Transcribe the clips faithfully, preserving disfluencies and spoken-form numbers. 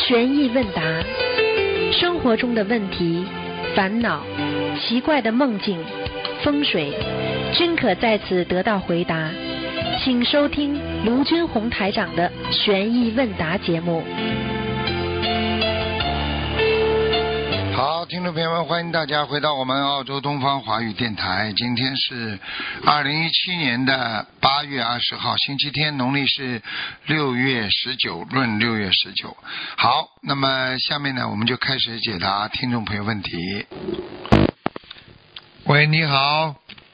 悬疑问答，生活中的问题、烦恼、奇怪的梦境、风水，均可在此得到回答。请收听卢军红台长的悬疑问答节目。 好，听众朋友们，欢迎大家回到我们澳洲东方华语电台。今天是二零一七年的八月二十号，星期天，农历是六月十九，闰六月十九。好，那么下面呢，我们就开始解答听众朋友问题。喂，你好。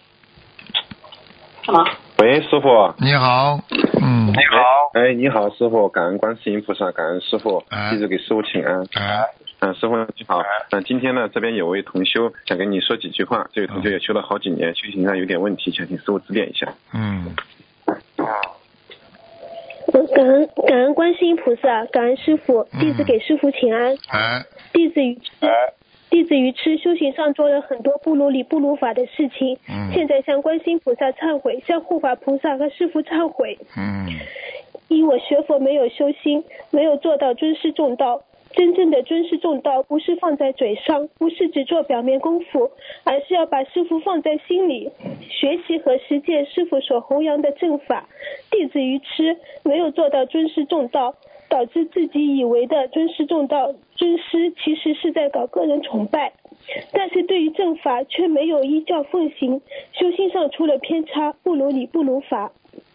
什么？喂，师傅。 你好。嗯。 你好。哎，你好，师傅，感恩观世音菩萨，感恩师傅， 哎、 弟子给师傅请安。 哎。 嗯，师傅你好。嗯，今天呢，这边有位同修想跟你说几句话。这位同修也修了好几年，修行上有点问题，想请师傅指点一下。 嗯。 感恩感恩观世音菩萨，感恩师傅，弟子给师傅请安。 哎。 弟子愚痴，弟子愚痴，修行上做了很多不如理不如法的事情。 嗯。 现在向观世音菩萨忏悔，向护法菩萨和师父忏悔。 嗯。 一，我学佛没有修心，没有做到尊师重道。真正的尊师重道不是放在嘴上，不是只做表面功夫，而是要把师父放在心里，学习和实践师父所弘扬的正法。弟子愚痴，没有做到尊师重道，导致自己以为的尊师重道，尊师其实是在搞个人崇拜，但是对于正法却没有依教奉行，修心上出了偏差，不如理不如法。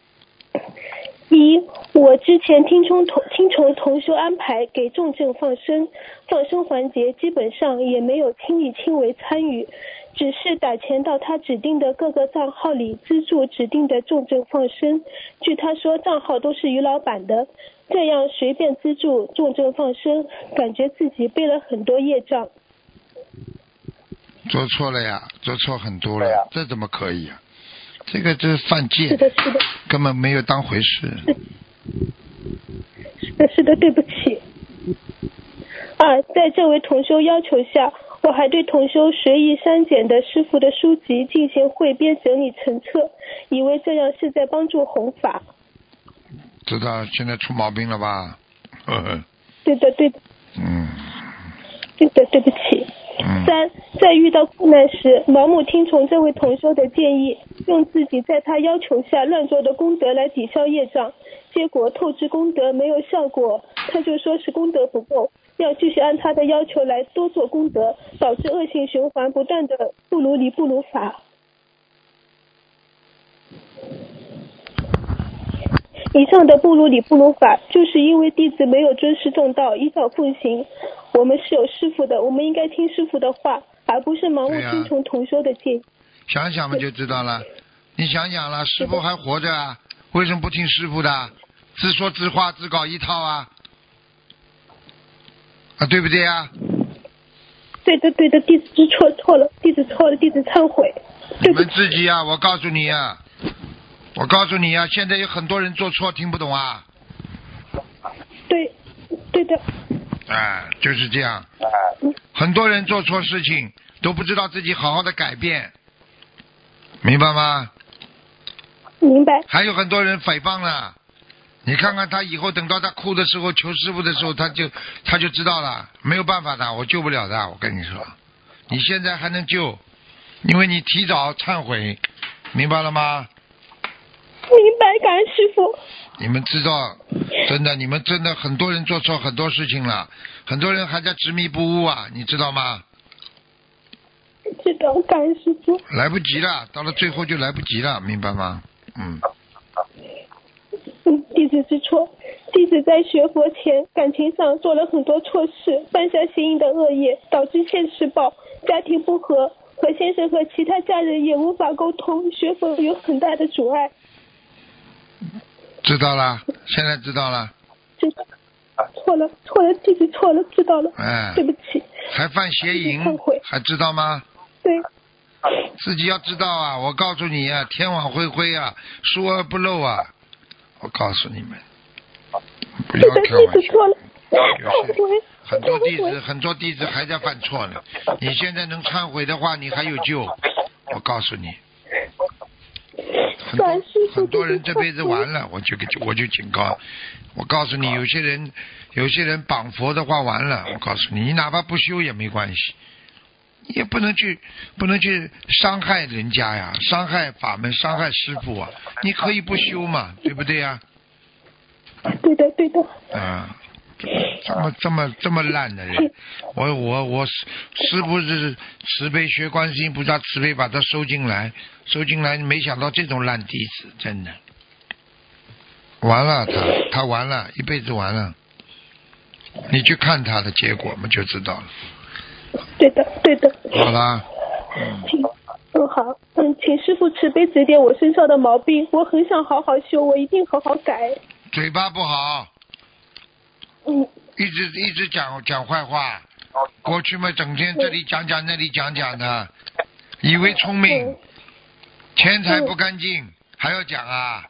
一，我之前听从同听从同修安排给重症放生，放生环节基本上也没有亲力亲为参与，只是打钱到他指定的各个账号里资助指定的重症放生。据他说，账号都是于老板的，这样随便资助重症放生，感觉自己背了很多业障。 做错了呀，做错很多了，啊、这怎么可以啊？这个这是犯戒， 是的，是的， 根本没有当回事。 是的，是的，对不起。二，在这位同修要求下，我还对同修随意删减的师父的书籍进行汇编整理成册，以为这样是在帮助弘法。 知道现在出毛病了吧？呵呵。 对的，对的。 嗯。 对的，对不起。三，在遇到困难时，盲目听从这位同修的建议，用自己在他要求下乱做的功德来抵消业障，结果透支功德没有效果，他就说是功德不够，要继续按他的要求来多做功德，导致恶性循环，不断的不如理不如法。以上的不如理不如法，就是因为弟子没有尊师重道，依教奉行。我们是有师父的，我们应该听师父的话，而不是盲目听从同修的建议。 想想嘛就知道了，你想想了，师父还活着啊，为什么不听师父的？自说自话，自搞一套啊，啊，对不对啊？ 对的，对的，弟子知错错了，弟子错了，弟子忏悔。 你们自己啊，我告诉你啊，我告诉你啊，现在有很多人做错，听不懂啊。 对，对的。 哎，就是这样。很多人做错事情都不知道自己好好的改变，明白吗？ 明白。 还有很多人诽谤了，你看看他以后等到他哭的时候求师傅的时候，他就他就知道了，没有办法的，我救不了的。我跟你说，你现在还能救，因为你提早忏悔，明白了吗？ 明白，感恩师父。 你们知道，真的，你们真的很多人做错很多事情了，很多人还在执迷不悟啊，你知道吗？ 知道，感恩师父。 来不及了，到了最后就来不及了，明白吗？嗯。 嗯，弟子知错。弟子在学佛前，感情上做了很多错事，犯下邪淫的恶业，导致现世报，家庭不和，和先生和其他家人也无法沟通，学佛有很大的阻碍。 知道了，现在知道了。 知道，错了，错了，弟子错了，知道了。 哎， 对不起。 还犯邪淫，还知道吗？ 对。 自己要知道啊！我告诉你啊，天网恢恢啊，疏而不漏啊！我告诉你们，不要开玩笑。 错了。 很多弟子，很多弟子还在犯错呢。你现在能忏悔的话，你还有救。我告诉你。 很多很多人这辈子完了，我就给我就警告，我告诉你，有些人有些人绑佛的话完了，我告诉你，你哪怕不修也没关系，你也不能去不能去伤害人家呀，伤害法门，伤害师父啊，你可以不修嘛，对不对呀？ 对的，对的。 啊。这么这么这么烂的人，我我我师师父是慈悲，学观世音菩萨慈悲把他收进来，收进来，没想到这种烂弟子，真的完了，他他完了，一辈子完了。你去看他的结果嘛，就知道了。 对的，对的。 好啦。 嗯。请嗯好嗯，请师父慈悲指点我身上的毛病，我很想好好修，我一定好好改。 嘴巴不好。 嗯， 一直一直讲讲坏话，过去嘛整天这里讲讲那里讲讲的，以为聪明，钱财不干净还要讲啊，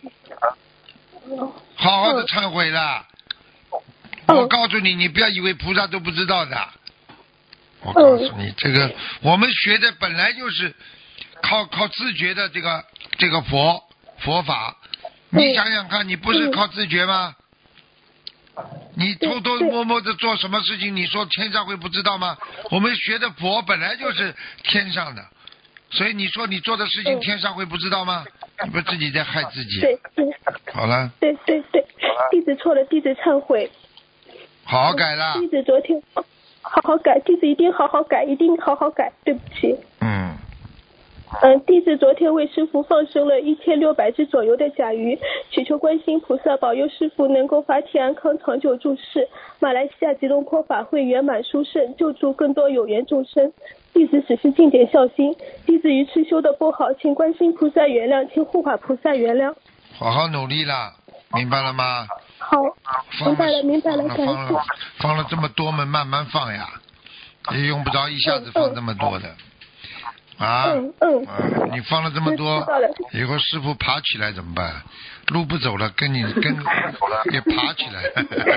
好好的忏悔了。我告诉你，你不要以为菩萨都不知道的，我告诉你，这个我们学的本来就是靠靠自觉的这个这个佛佛法，你想想看，你不是靠自觉吗？你偷偷摸摸的做什么事情，你说天上会不知道吗？我们学的佛本来就是天上的，所以你说你做的事情天上会不知道吗？你不自己在害自己？ 对对。 好了。 对对对，弟子错了，弟子忏悔。 好好改了。 弟子昨天好好改，弟子一定好好改，一定好好改，对不起。 嗯。 嗯，弟子昨天为师父放生了一千六百只左右的甲鱼，祈求观世音菩萨保佑师父能够法体安康，长久住世，马来西亚吉隆坡法会圆满殊胜，救助更多有缘众生。弟子只是尽点孝心，弟子愚痴修的不好，请观世音菩萨原谅，请护法菩萨原谅。 好好努力了，明白了吗？ 好，明白了，明白了， 感谢。放了放了这么多嘛，慢慢放呀，也用不着一下子放这么多的。啊， 嗯嗯、 啊，你放了这么多，以后师傅爬起来怎么办？路不走了，跟你跟也爬起来。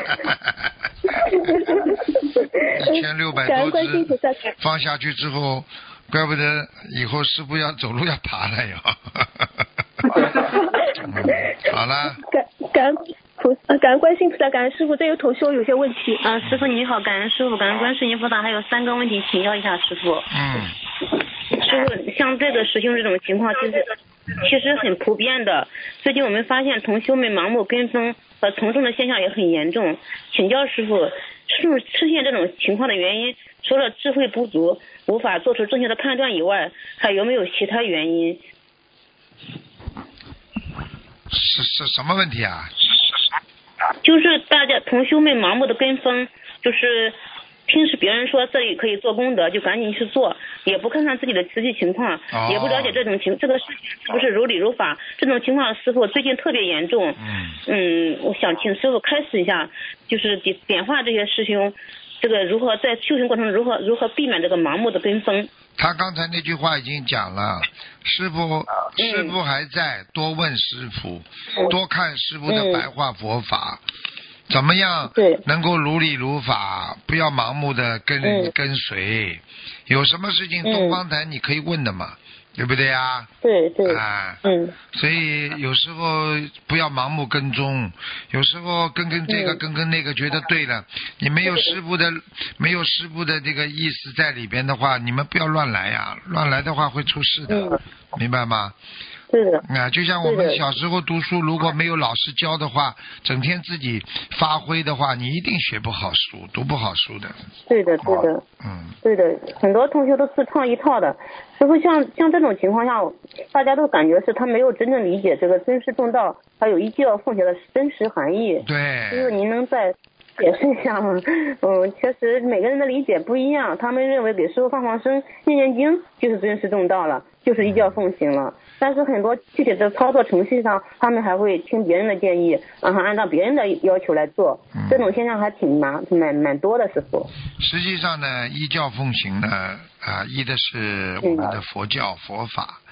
一千六百多只放下去之后，怪不得以后师傅要走路要爬了要。嗯、好了。 感感菩萨，感恩观世音菩萨，感恩师傅。这有同修有些问题。 啊，师傅你好，感恩师傅，感恩观世音菩萨，还有三个问题请教一下师傅。 嗯。 师傅，像这个师兄这种情况，其实其实很普遍的。最近我们发现同修们盲目跟风和从众的现象也很严重。请教师傅，出出现这种情况的原因，除了智慧不足、无法做出正确的判断以外，还有没有其他原因？ 是是什么问题啊？ 就是大家同修们盲目的跟风，就是听是别人说这里可以做功德，就赶紧去做，也不看看自己的实际情况， 哦、 也不了解这种情这个事情是不是如理如法。这种情况师傅最近特别严重。 嗯嗯，我想请师傅开示一下，就是点点化这些师兄，这个如何在修行过程中如何如何避免这个盲目的跟风。 他刚才那句话已经讲了，师父师父还在，多问师父， 嗯、 多看师父的白话佛法。嗯怎么样能够如理如法，不要盲目的跟人、嗯、跟随，有什么事情东方台你可以问的嘛，嗯、对不对呀？ 对对啊， 嗯， 所以有时候不要盲目跟踪，有时候跟跟这个、嗯、跟跟那个觉得对了，你没有师父的没有师父的这个意思在里边的话，你们不要乱来呀，乱来的话会出事的， 嗯、 明白吗？ 对的啊，就像我们小时候读书，如果没有老师教的话，整天自己发挥的话，你一定学不好书，读不好书的。 对的，对的， 嗯， 对的，很多同学都自创一套的。师傅，像像这种情况下，大家都感觉是他没有真正理解这个尊师重道还有一戒要奉献的真实含义。 对。 就是您能再解释一下吗？嗯，确实每个人的理解不一样，他们认为给师傅放放生、念念经就是尊师重道了，就是一教奉行了。但是很多具体的操作程序上，他们还会听别人的建议，然后按照别人的要求来做，嗯、这种现象还挺蛮蛮蛮多的，师傅。 实际上呢，依教奉行呢，啊、呃，依的是我们的佛教、嗯、佛法。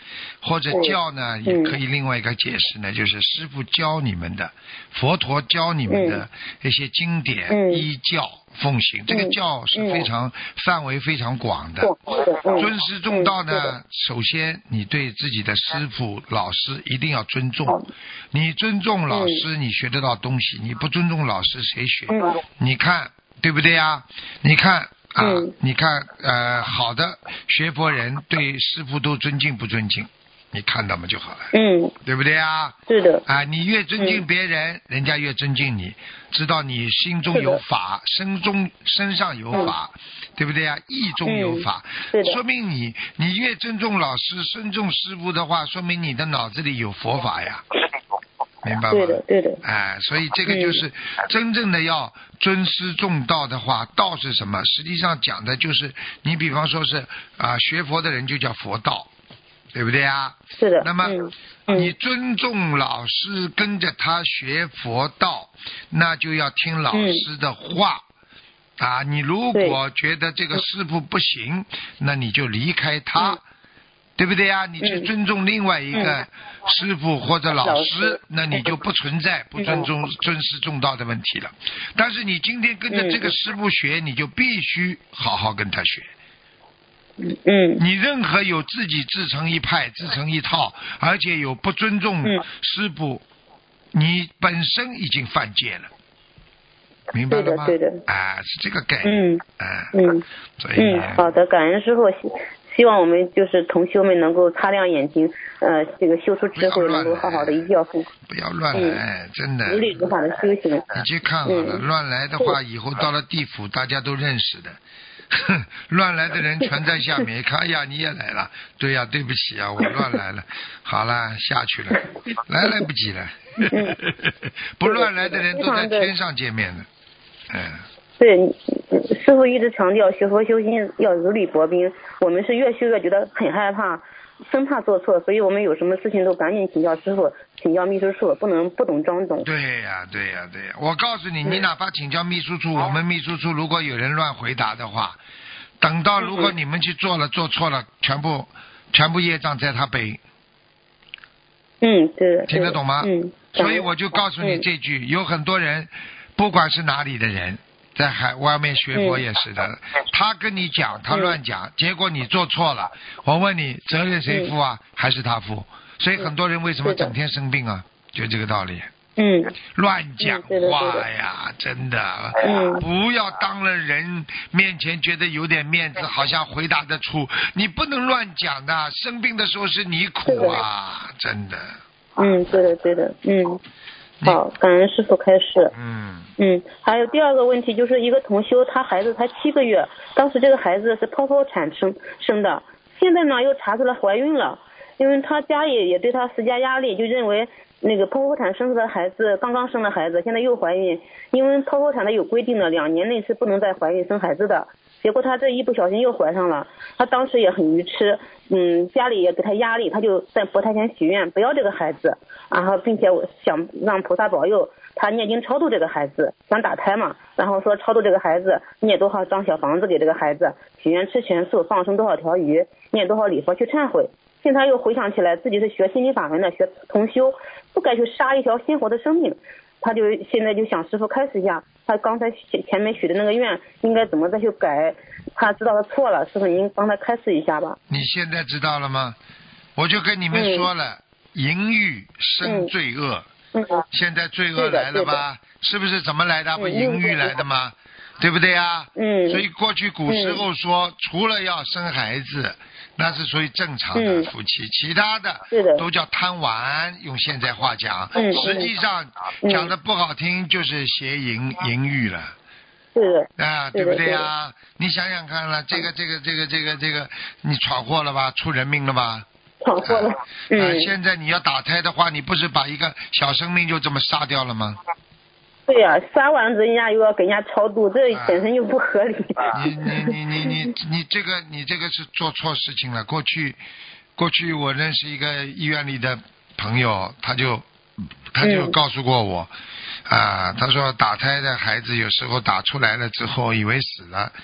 或者教呢也可以另外一个解释呢，就是师父教你们的，佛陀教你们的一些经典，依教奉行。这个教是非常范围非常广的。尊师重道呢，首先你对自己的师父老师一定要尊重，你尊重老师你学得到东西，你不尊重老师谁学？你看对不对呀？你看啊，你看呃，好的学佛人对师父都尊敬不尊敬？你看到嘛就好了，嗯，对不对啊？ 是的。 啊，你越尊敬别人，嗯、人家越尊敬你，知道你心中有法，身中身上有法，嗯、对不对啊？意中有法， 嗯、 说明你你越尊重老师、尊重师父的话，说明你的脑子里有佛法呀。明白吗？ 对的，对的。 哎，所以这个就是真正的要尊师重道的话，道是什么？实际上讲的就是你比方说是啊，学佛的人就叫佛道。对不对啊？ 是的。 那么、 嗯嗯、 你尊重老师，跟着他学佛道，那就要听老师的话、嗯、啊。你如果觉得这个师父不行，那你就离开他、嗯、对不对啊？你去尊重另外一个师父或者老师、嗯、那你就不存在不尊重、嗯、尊师重道的问题了。但是你今天跟着这个师父学、嗯、你就必须好好跟他学。 嗯， 你任何有自己自成一派、自成一套，而且有不尊重师父、嗯、你本身已经犯戒了，明白了吗？ 对的，对的。 啊，是这个概念。 嗯啊、 嗯， 所以嗯，好的，感恩师父，希希望我们就是同修们能够擦亮眼睛，呃，这个修出智慧，能够好好的一教奉。 不要乱来， 嗯、 真的。 如理如法的修行。 你去看好了，嗯、乱来的话，以后到了地府，大家都认识的。乱来的人全在下面，看，哎呀，你也来了，对呀、啊，对不起啊，我乱来了，好了，下去了，来来不及了。不乱来的人都在天上见面的，嗯。 对，师父一直强调学佛修心要如履薄冰，我们是越修越觉得很害怕，生怕做错，所以我们有什么事情都赶紧请教师父，请教秘书处，不能不懂装懂。 对呀、啊，对呀、啊，对呀、啊！我告诉你，你哪怕请教秘书处，我们秘书处如果有人乱回答的话，等到如果你们去做了做错了，全部全部业障在他背。 嗯，对。 听得懂吗？ 嗯。 所以我就告诉你这句，嗯、有很多人，不管是哪里的人。在海外面学佛也是的、嗯、他跟你讲他乱讲、嗯、结果你做错了，我问你责任谁负啊、嗯、还是他负？所以很多人为什么整天生病啊、嗯、就这个道理。 嗯， 乱讲话呀、嗯、真的、嗯、不要当了人面前觉得有点面子好像回答得出，你不能乱讲的，生病的时候是你苦啊，真的。 嗯，对的对的。嗯，好，感恩师父开示。 嗯嗯，还有第二个问题，就是一个同修，他孩子才七个月，当时这个孩子是剖剖产生生的，现在呢又查出来怀孕了，因为他家里也对他施加压力，就认为那个剖剖产生出的孩子刚刚生的孩子现在又怀孕，因为剖剖产的有规定的，两年内是不能再怀孕生孩子的。结果他这一不小心又怀上了，他当时也很愚痴，嗯，家里也给他压力，他就在佛台前许愿不要这个孩子，然后并且我想让菩萨保佑他念经超度这个孩子，想打胎嘛，然后说超度这个孩子念多少张小房子给这个孩子，许愿吃全素，放生多少条鱼，念多少礼佛去忏悔。现在又回想起来自己是学心理法门的，学同修，不该去杀一条鲜活的生命，他就现在就想师父开示一下，他刚才前面许的那个愿应该怎么再去改，他知道他错了，师父您帮他开示一下吧。 你现在知道了吗？我就跟你们说了，嗯、淫欲生罪恶、嗯嗯、现在罪恶来了吧，是不是？怎么来的？不淫欲来的吗？对不对啊？ 嗯。 所以过去古时候说、嗯、除了要生孩子那是属于正常的夫妻、嗯、其他的都叫贪玩，用现在话讲、嗯、实际上讲的不好听就是邪淫、嗯、淫欲了， 是啊，对不对啊？你想想看了，这个这个这个这个这个你闯祸了吧，出人命了吧， 闯祸了、啊嗯啊、现在你要打胎的话，你不是把一个小生命就这么杀掉了吗？ 对呀、啊，杀完人家又要给人家超度，这本身就不合理。 你你你你你你这个你这个是做错事情了。过去过去我认识一个医院里的朋友，他就他就告诉过我、嗯、啊，他说打胎的孩子有时候打出来了之后以为死了，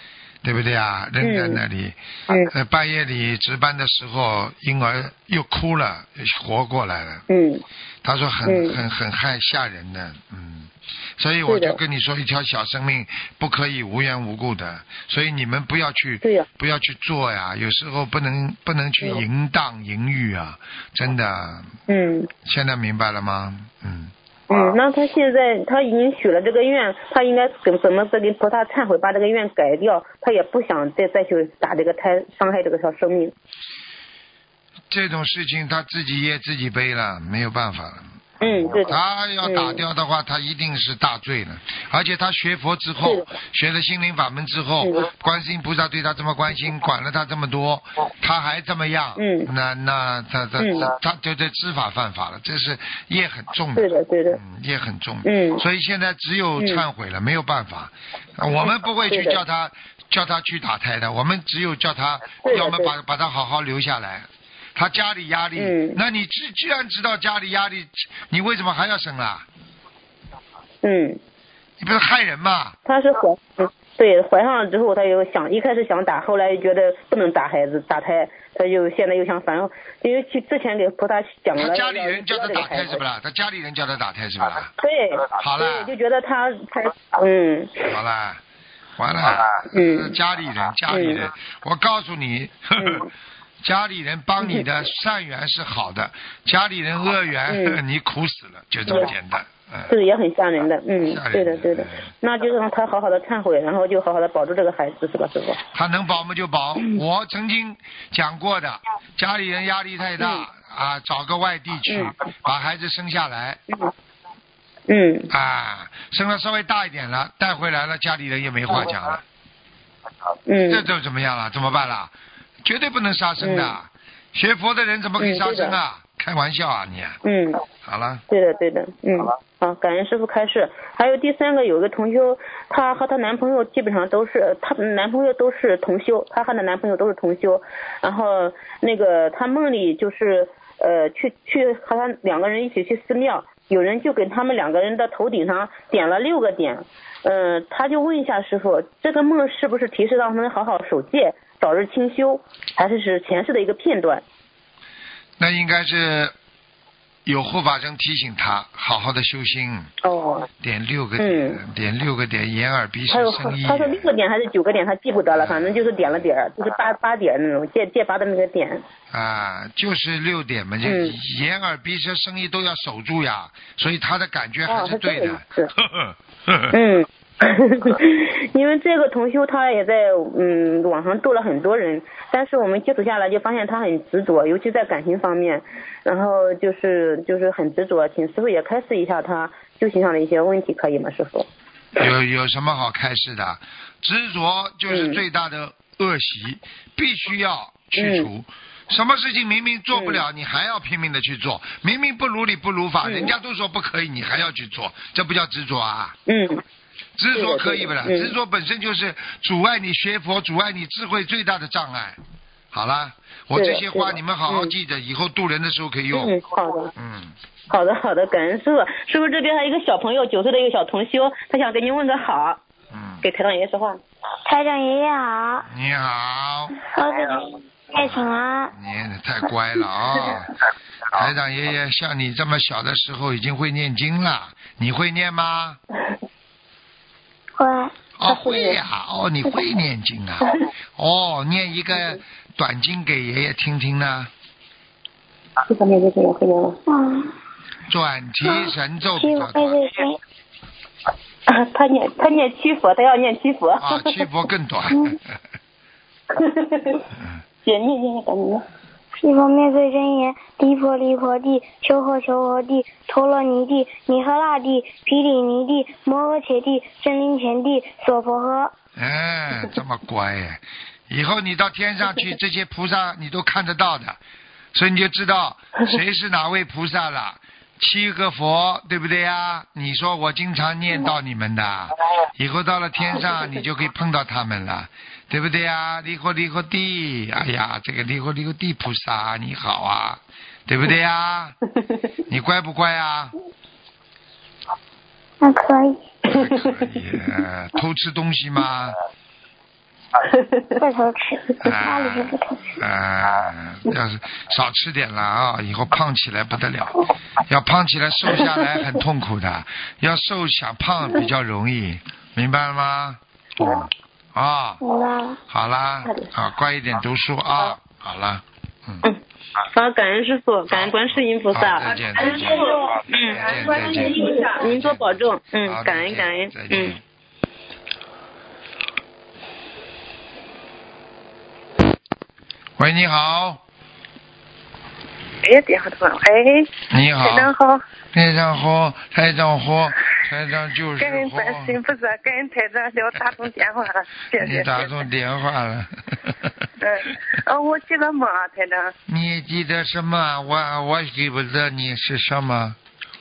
对不对啊？扔在那里， 嗯呃，半夜里值班的时候，婴儿又哭了，活过来了。 嗯他说很嗯很很害吓人的，嗯，所以我就跟你说，一条小生命不可以无缘无故的，所以你们不要去， 对呀不要去做呀，有时候不能不能去淫荡淫欲啊，真的， 嗯现在明白了吗？嗯。 嗯，那他现在他已经许了这个愿，他应该怎怎么再跟菩萨忏悔，把这个愿改掉？他也不想再再去打这个胎，伤害这个小生命。 这种事情他自己也自己背了，没有办法了。 嗯，对的。 他要打掉的话，他一定是大罪了。而且他学佛之后，学了心灵法门之后，观世音菩萨对他这么关心，管了他这么多，他还这么样， 嗯那那他他、 嗯、 他就在知法犯法了，这是业很重的。 对的，对的。 嗯，业很重。 嗯。 所以现在只有忏悔了，嗯、没有办法。我们不会去叫他叫他去打胎的，我们只有叫他，要么把把他好好留下来。他家里压力， 嗯、 那你既既然知道家里压力，你为什么还要生啦？ 嗯， 你不是害人吗？ 他是怀，嗯，对，怀上了之后，他又想，一开始想打，后来又觉得不能打孩子，打胎，他就现在又想反，因为去之前给菩萨讲了。 他家里人叫他打胎是不啦？他家里人叫他打胎是不啦？ 对。 好了。 对，就觉得他才，嗯。 好了，完了。 嗯。 家里人，家里人，嗯、我告诉你。呵呵嗯家里人帮你的善缘是好的，家里人恶缘、 嗯、 你苦死了，就这么简单。嗯， 是也很吓人的，嗯， 吓人的对的对的。那就让他好好的忏悔，然后就好好的保住这个孩子，是吧，师傅？ 他能保嘛就保。 嗯、 我曾经讲过的，家里人压力太大、 嗯、 啊，找个外地去、嗯、把孩子生下来。 嗯。嗯。 啊，生了稍微大一点了，带回来了，家里人也没话讲了。 嗯。 这就怎么样了？怎么办了？绝对不能杀生的，嗯、学佛的人怎么可以杀生啊？嗯、开玩笑啊你！ 嗯， 好了。 对的对的，嗯，好，感恩师父开示。还有第三个，有个同修，她和她男朋友基本上都是，她男朋友都是同修，她和她男朋友都是同修。然后那个她梦里就是呃去去和他两个人一起去寺庙，有人就给他们两个人的头顶上点了六个点，呃，他就问一下师父，这个梦是不是提示让他们好好守戒？早日清修，还是是前世的一个片段？ 那应该是有护法神提醒他好好的修心。 哦。 点六个点，嗯、点六个点，眼耳鼻舌身意。 他说六个点还是九个点，他记不得了，反正就是点了点，就是八八点那种戒戒八的那个点。 啊，就是六点嘛，就、嗯、眼耳鼻舌身意都要守住呀，所以他的感觉还是对的。 哦、是。嗯。因为这个同修他也在嗯网上度了很多人，但是我们接触下来就发现他很执着，尤其在感情方面，然后就是就是很执着，请师父也开示一下他修行上的一些问题，可以吗，师父？ 有有什么好开示的？执着就是最大的恶习，嗯、必须要去除。嗯什么事情明明做不了，嗯、你还要拼命的去做，明明不如理不如法，嗯、人家都说不可以，你还要去做，这不叫执着啊？ 嗯。 执着可以不啦？执着本身就是阻碍你学佛、阻碍你智慧最大的障碍。好了，我这些话你们好好记着，以后渡人的时候可以用。 嗯，好的。 嗯， 好的好的，感恩师傅。师傅这边还有一个小朋友，九岁的一个小同修，他想跟您问个好。 嗯。 给台长爷爷说话。 台长爷爷好。 你好。 我给您念请安。 你太乖了啊、哦！台长爷爷像你这么小的时候已经会念经了，你会念吗？ 会。 哦，会呀、啊！哦，你会念经啊？哦，念一个短经给爷爷听听呢。 这个念这个也会念吗？ 嗯。 转提神咒比较短。 啊，他念他念七佛，他要念七佛。 啊，七佛更短。 姐念念念，赶紧念。 西方灭罪真言：离婆离婆地，求诃求诃地，陀罗尼地，尼诃那地，毗梨尼地，摩诃伽地，真灵前地，娑婆诃。 哎，这么乖哎！以后你到天上去，这些菩萨你都看得到的，所以你就知道谁是哪位菩萨了。七个佛，对不对呀？你说我经常念到你们的，以后到了天上你就可以碰到他们了，对不对呀？离合离合地，哎呀，这个离合离合地菩萨你好啊，对不对呀？你乖不乖啊？ 那可以。 可以，偷吃东西吗？ 不偷吃，家里是不偷吃。 啊，要是少吃点了啊，以后胖起来不得了。要胖起来瘦下来很痛苦的，要瘦想胖比较容易，明白了吗？嗯。啊。 明白了。 好啦，啊，乖一点读书啊，好了，嗯。 嗯。好，感恩师傅，感恩观世音菩萨。 再见，再见。 嗯， 再见， 观世音菩萨，您多保重。嗯，感恩感恩。嗯。 喂，你好。 哎，电话通了。哎。 你好。 台长好。 台长好，台长好，台长就是感恩观世音菩萨，感恩台长，给我打通电话了，谢谢。 你打通电话了。 嗯，哦，我记得梦啊，台长。 你记得什么？我我记不得你是什么。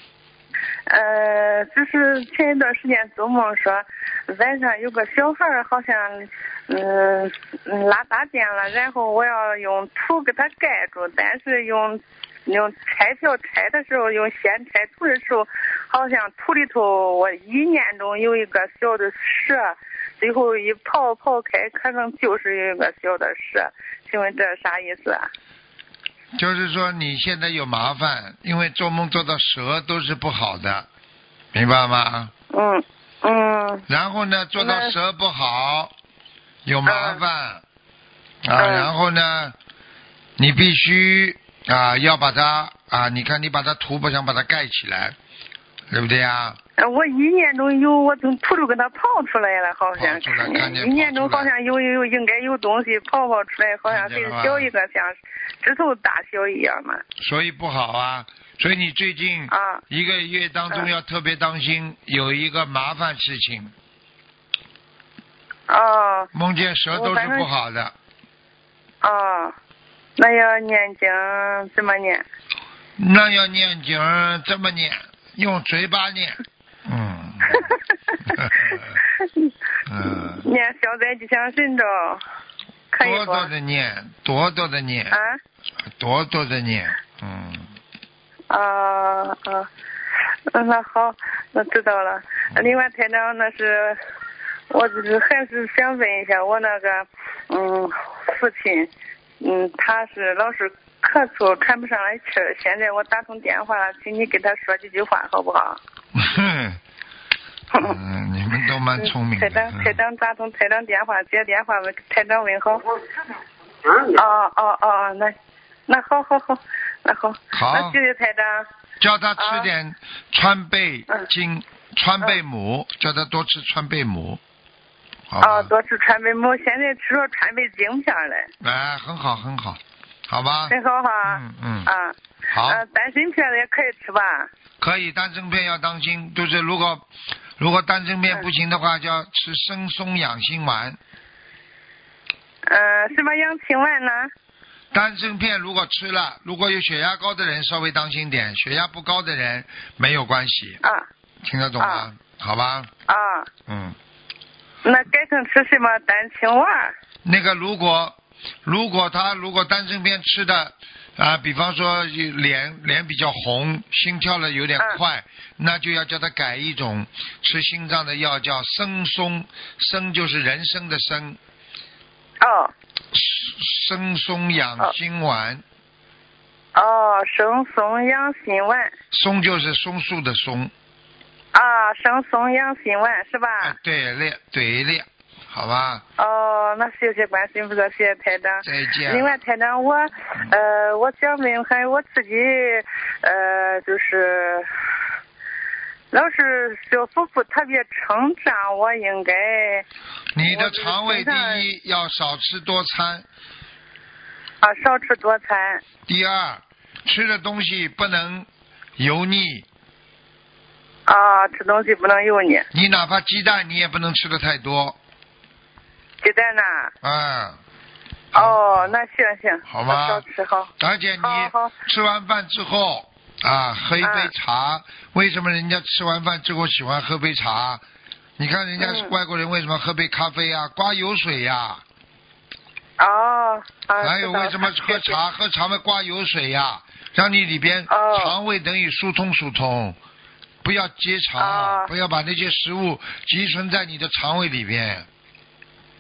呃，就是前一段时间做梦说，晚上有个小孩好像嗯嗯拉大便了，然后我要用土给他盖住，但是用用拆瓢拆的时候，用线拆土的时候，好像土里头我意念中有一个小的蛇，最后一刨刨开，可能就是有一个小的蛇，请问这啥意思啊？ 就是说你现在有麻烦，因为做梦做到蛇都是不好的，明白吗？ 嗯嗯。 然后呢，做到蛇不好，有麻烦、 嗯、 啊、 嗯。 然后呢，你必须啊要把它啊，你看你把它土不想把它盖起来，对不对呀？ 我意念中有，我从土里给它刨出来了，好像。 出来看见。 意念中好像有有应该有东西刨刨出来，好像是小一个像指头大小一样嘛。 所以不好啊，所以你最近啊一个月当中要特别当心，嗯、有一个麻烦事情。 哦。 梦见蛇都是不好的。 哦，那要念经怎么念？ 那要念经怎么念？用嘴巴念。嗯， 嗯，念消灾吉祥神咒，可以多多的念，多多的念啊， 多多的念，嗯。 啊啊，那好，我知道了。另外，台长，那是我就是还是想问一下，我那个嗯父亲，嗯，他是老是咳嗽喘不上来气儿，现在我打通电话了，请你给他说几句话好不好？ 嗯，你们都蛮聪明的。 台长，台长打通台长电话，接电话问台长问好。哦哦哦，那那好好好，那好。 好。 那谢谢台长。 叫他吃点川贝精、 啊、 川贝母，嗯、叫他多吃川贝母。 哦，多吃川贝母，现在吃了川贝晶片了。 哎，很好很好，好吧。 很好哈。 嗯嗯。 啊。 好。 呃，丹参片也可以吃吧？ 可以，丹参片要当心，就是如果如果丹参片不行的话，就要吃生松养心丸。 呃，什么养心丸呢？ 丹参片如果吃了，如果有血压高的人稍微当心点，血压不高的人没有关系。 啊。 听得懂吗？ 啊、 好吧。 啊。 嗯。 那改成吃什么丹青丸？ 那个如果如果他如果丹参片吃的。啊，比方说脸脸比较红，心跳的有点快， 嗯、 那就要叫他改一种吃心脏的药，叫生松，生就是人参的生。 哦。 生松养心丸。 哦，生松养心丸。 松就是松树的松。 啊，生松养心丸是吧？ 啊、对了，对了。好吧。 哦，那谢谢观世音菩萨，谢谢台长。 再见。 另外，台长，我呃，我想问还有我自己呃，就是老是小腹部特别撑胀，我应该。 你的肠胃第一要少吃多餐。 啊，少吃多餐。 第二，吃的东西不能油腻。 啊，吃东西不能油腻。 你哪怕鸡蛋，你也不能吃的太多。 鸡蛋呐。 嗯。 哦，那行行。 好吧。 少吃好。 而且你吃完饭之后啊，喝一杯茶。嗯、为什么人家吃完饭之后喜欢喝杯茶？你看人家是外国人为什么喝杯咖啡啊？刮油水呀、 啊。哦。啊、 还有为什么喝茶？喝茶嘛刮油水呀、啊，让你里边肠胃等于疏通疏通，不要结肠， 哦、 不要把那些食物积存在你的肠胃里边。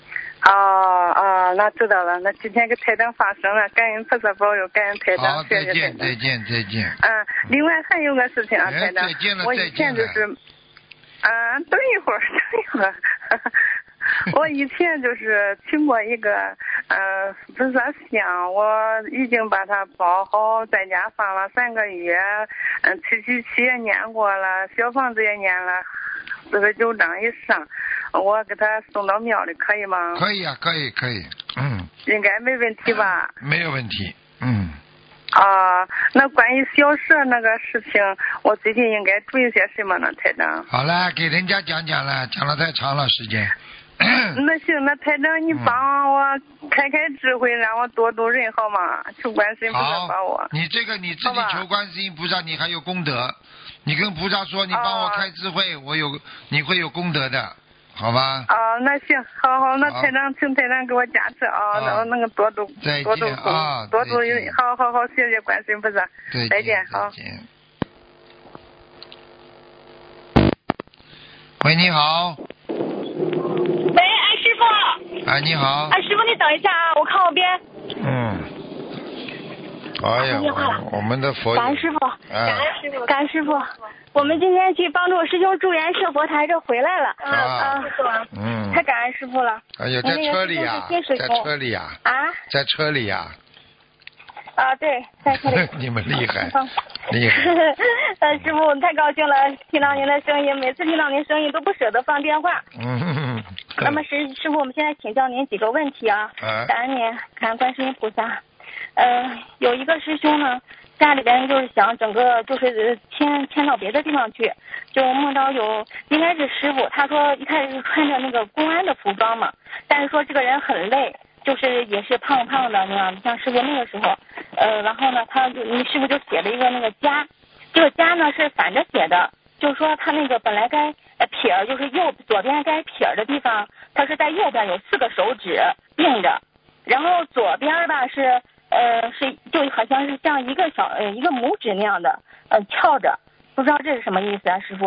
哦哦，那知道了。那今天给台长发声了，感恩菩萨保佑，感恩台长， 好， 谢谢台再见， 长。 再见，再见。 嗯，另外还有个事情啊， 哎台长再见了， 我以再见了。 前就是，嗯，等一会儿，等一会儿。我以前就是请过一个，呃，菩萨像，我已经把它包好，在家放了三个月，嗯，七七七也念过了，小房子也念了四十九章以上，我给他送到庙里可以吗？ 可以啊，可以，可以，嗯。 应该没问题吧？ 没有问题，嗯。 啊，那关于小蛇那个事情，我最近应该注意些什么呢，台长？ 好了，给人家讲讲了，讲了太长了时间。 那行，那台长你帮我开开智慧，让我多度人好吗？求观世音菩萨帮我。 你这个你自己求观世音菩萨，你还有功德。你跟菩萨说，你帮我开智慧，我有你会有功德的，好吧？ 啊，那行，好好，那台长，请台长给我加持啊，那我能够多度多度啊， 多度人，好好好，谢谢观世音菩萨，再见，好。 喂，你好。 喂，哎，师傅。 哎，你好。 哎，师傅，你等一下啊，我看我边。 嗯。哎呀，我我们的佛。 感恩师傅。 感恩师傅。感恩师傅。我们今天去帮助师兄助缘设佛台，这回来了。 啊。嗯。 太感恩师傅了。 哎呀，在车里呀，在车里呀。 啊。 在车里呀。 啊，对，在车里。 你们厉害。厉害。 呃，师傅，太高兴了，听到您的声音，每次听到您声音都不舍得放电话。 嗯。 那么师师傅，我们现在请教您几个问题啊。 啊。 感恩您，感恩观世音菩萨。呃，有一个师兄呢，家里边就是想整个就是迁迁到别的地方去，就梦到有应该是师傅，他说一开始是穿着那个公安的服装嘛，但是说这个人很累，就是也是胖胖的那样，像师傅那个时候，呃，然后呢，他就你师傅就写了一个那个家，这个家呢是反着写的，就是说他那个本来该呃撇儿就是右左边该撇儿的地方，他是在右边有四个手指并着，然后左边吧是。呃，是就好像是像一个小呃一个拇指那样的呃翘着，不知道这是什么意思啊，师傅？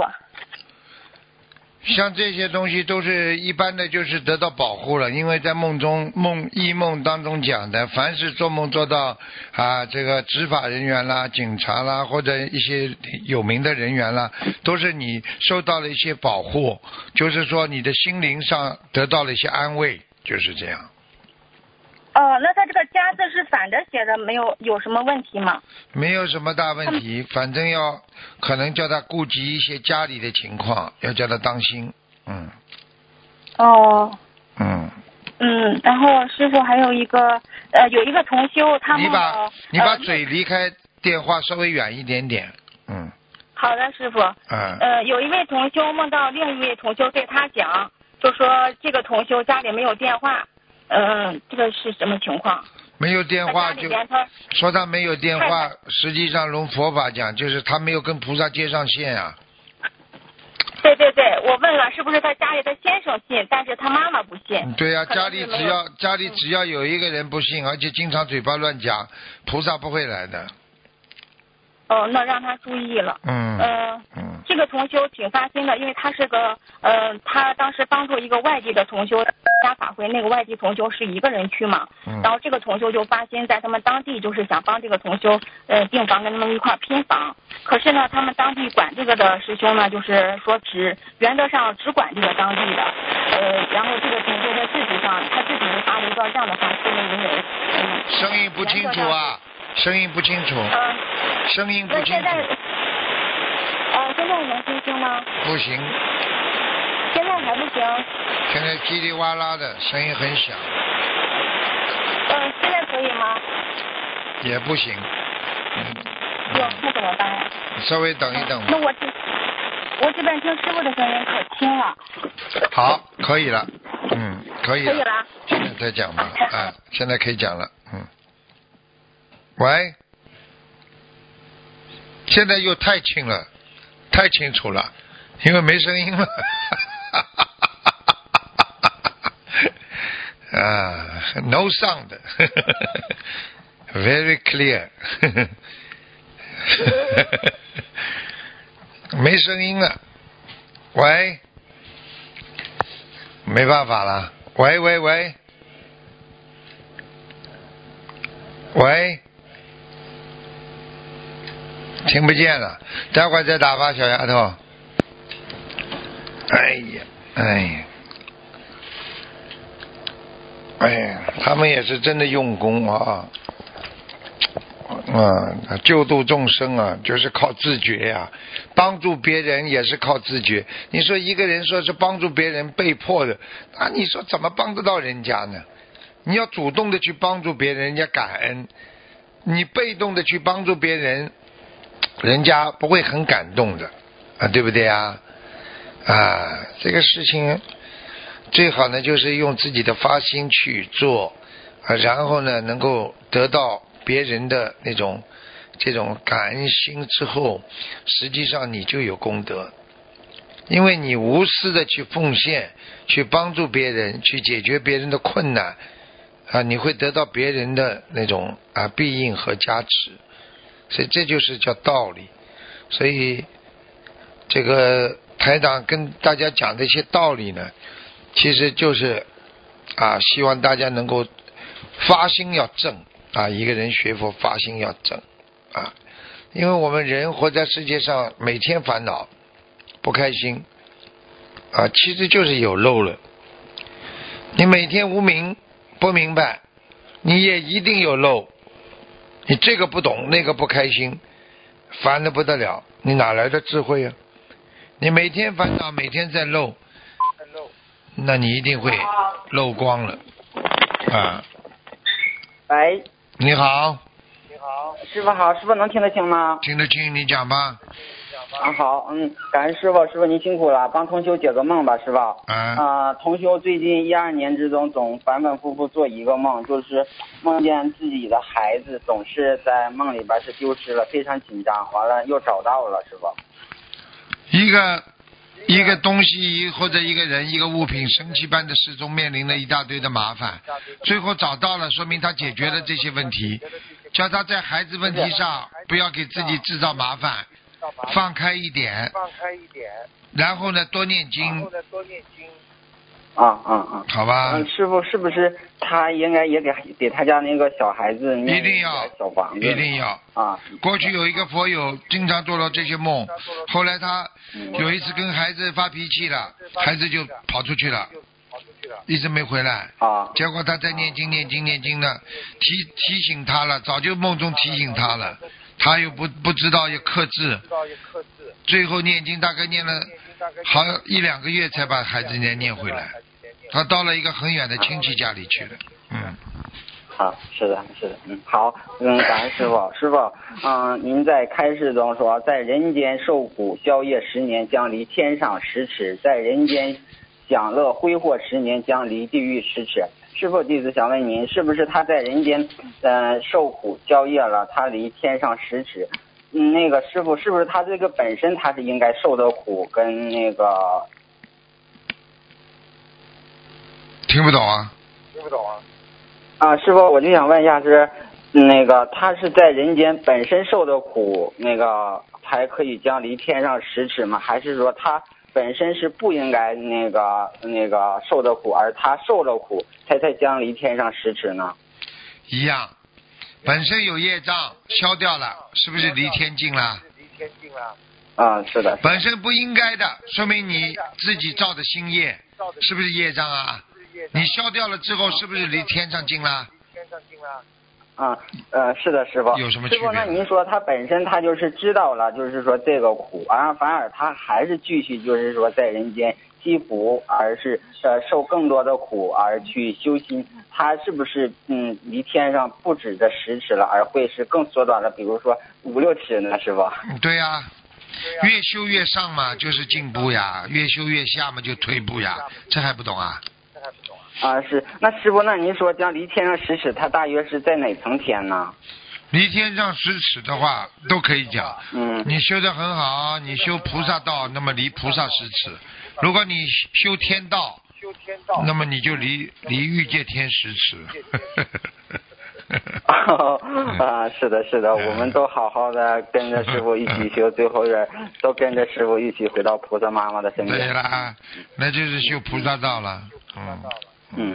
像这些东西都是一般的，就是得到保护了，因为在梦中梦异梦当中讲的，凡是做梦做到啊这个执法人员啦、警察啦或者一些有名的人员啦，都是你受到了一些保护，就是说你的心灵上得到了一些安慰，就是这样。 哦，那他这个家字是反着写的，没有有什么问题吗？ 没有什么大问题，反正要可能叫他顾及一些家里的情况，要叫他当心，嗯。 哦。 嗯。 嗯，然后师傅还有一个呃，有一个同修，他你把、 呃、 你把嘴离开电话稍微远一点点，嗯。 好的，师傅。 嗯。 呃，有一位同修梦到另一位同修对他讲，就说这个同修家里没有电话。嗯，这个是什么情况？ 没有电话就说他没有电话，实际上从佛法讲，就是他没有跟菩萨接上线啊。 对对对，我问了，是不是他家里的先生信，但是他妈妈不信？ 对呀、啊，家里只要家里只要有一个人不信，而且经常嘴巴乱讲，菩萨不会来的。 哦，那让他注意了。 嗯。 呃、嗯，这个同修挺发心的，因为他是个呃，他当时帮助一个外地的同修加法会，那个外地同修是一个人去嘛， 嗯、 然后这个同修就发心在他们当地就是想帮这个同修呃订房跟他们一块拼房，可是呢，他们当地管这个的师兄呢，就是说只原则上只管这个当地的，呃，然后这个同修在自己上他自己发了一段这样的话，说为人嗯， 声音不清楚啊。声音不清楚， 嗯， 声音不清楚。 现在，呃，现在能听清吗？ 不行。 现在还不行。 现在叽里哇啦的，声音很响。 呃，现在可以吗？ 也不行。 哟，那怎么办呀？ 稍微等一等吧。 那我这，我这边听师傅的声音可轻了。 好，可以了，嗯，可以了。 可以了。 现在再讲吧，啊，现在可以讲了，嗯。喂，现在又太轻了，太清楚了，因为没声音了。啊 ，no sound， very clear， 没声音了。喂，没办法了。喂喂喂。 喂，听不见了，待会儿再打吧，小丫头。哎呀，哎呀，哎呀，他们也是真的用功啊。啊，救度众生啊，就是靠自觉呀、啊；帮助别人也是靠自觉。你说一个人说是帮助别人被迫的，啊，你说怎么帮得到人家呢？你要主动的去帮助别人，人家感恩；你被动的去帮助别人，人家不会很感动的，啊，对不对啊？啊，这个事情最好呢，就是用自己的发心去做，啊，然后呢，能够得到别人的那种这种感恩心之后，实际上你就有功德，因为你无私的去奉献，去帮助别人，去解决别人的困难啊，你会得到别人的那种啊庇应和加持，所以这就是叫道理。所以这个台长跟大家讲的一些道理呢，其实就是啊，希望大家能够发心要正。啊，一个人学佛发心要正啊，因为我们人活在世界上，每天烦恼不开心啊，其实就是有漏了。你每天无明不明白，你也一定有漏。你这个不懂，那个不开心，烦得不得了，你哪来的智慧啊？你每天烦恼，每天在漏，那你一定会漏光了啊。 喂。 你好， 你好，师傅好，师傅能听得清吗？ 听得清，你讲吧。 啊好，嗯，感恩师傅，师傅您辛苦了，帮同修解个梦吧，师傅。 啊。 呃，同修最近一二年之中总反反复复做一个梦，就是梦见自己的孩子总是在梦里边是丢失了，非常紧张，完了又找到了，师傅。 一个一个东西或者一个人一个物品神奇般的失踪，面临了一大堆的麻烦，最后找到了，说明他解决了这些问题。叫他在孩子问题上不要给自己制造麻烦，放开一点， 放开一点， 然后呢多念经。 然后呢多念经。啊啊啊！ 好吧。 嗯，师傅是不是他应该也给给他家那个小孩子一定要小房子？ 一定要啊！ 过去有一个佛友经常做到这些梦，后来他有一次跟孩子发脾气了，孩子就跑出去了，一直没回来。 啊！ 结果他在念经念经念经呢，提提醒他了，早就梦中提醒他了，他又不不知道要克制，最后念经大概念了好一两个月才把孩子念念回来。他到了一个很远的亲戚家里去了，嗯。 好，是的，是的，嗯，好，嗯，感恩师傅，师傅，嗯，您在开示中说，在人间受苦消业十年，将离天上十尺；在人间享乐挥霍十年，将离地狱十尺。师傅，弟子想问您，是不是他在人间，呃，受苦消业了，他离天上十尺？嗯，那个师傅，是不是他这个本身他是应该受的苦，跟那个？ 听不懂啊？ 听不懂啊？啊，师傅，我就想问一下是，那个他是在人间本身受的苦，那个才可以将离天上十尺吗？还是说他本身是不应该那个那个受的苦，而他受了苦才才将离天上十尺呢？ 一样，本身有业障消掉了，是不是离天近了？ 离天近了。啊，是的。 本身不应该的，说明你自己造的新业，是不是业障啊？你消掉了之后，是不是离天上近了？ 离天上近了。啊，呃，是的，师傅。 有什么区别？ 师傅，那您说他本身他就是知道了，就是说这个苦，而反而他还是继续就是说在人间积福，而是呃受更多的苦而去修心，他是不是嗯离天上不止这十尺了，而会是更缩短了，比如说五六尺呢，师傅？ 对呀、啊。越修越上嘛，就是进步呀；越修越下嘛，就退步呀。这还不懂啊？ 这还不懂啊？啊，是。那师傅，那您说将离天上十尺，它大约是在哪层天呢？ 离天上十尺的话，都可以讲。 嗯。 你修得很好，你修菩萨道，那么离菩萨十尺；如果你修天道， 修天道， 那么你就离离欲界天十尺。 啊，是的，是的，我们都好好的跟着师傅一起修，最后是都跟着师傅一起回到菩萨妈妈的身边。 对啦，那就是修菩萨道了。嗯嗯，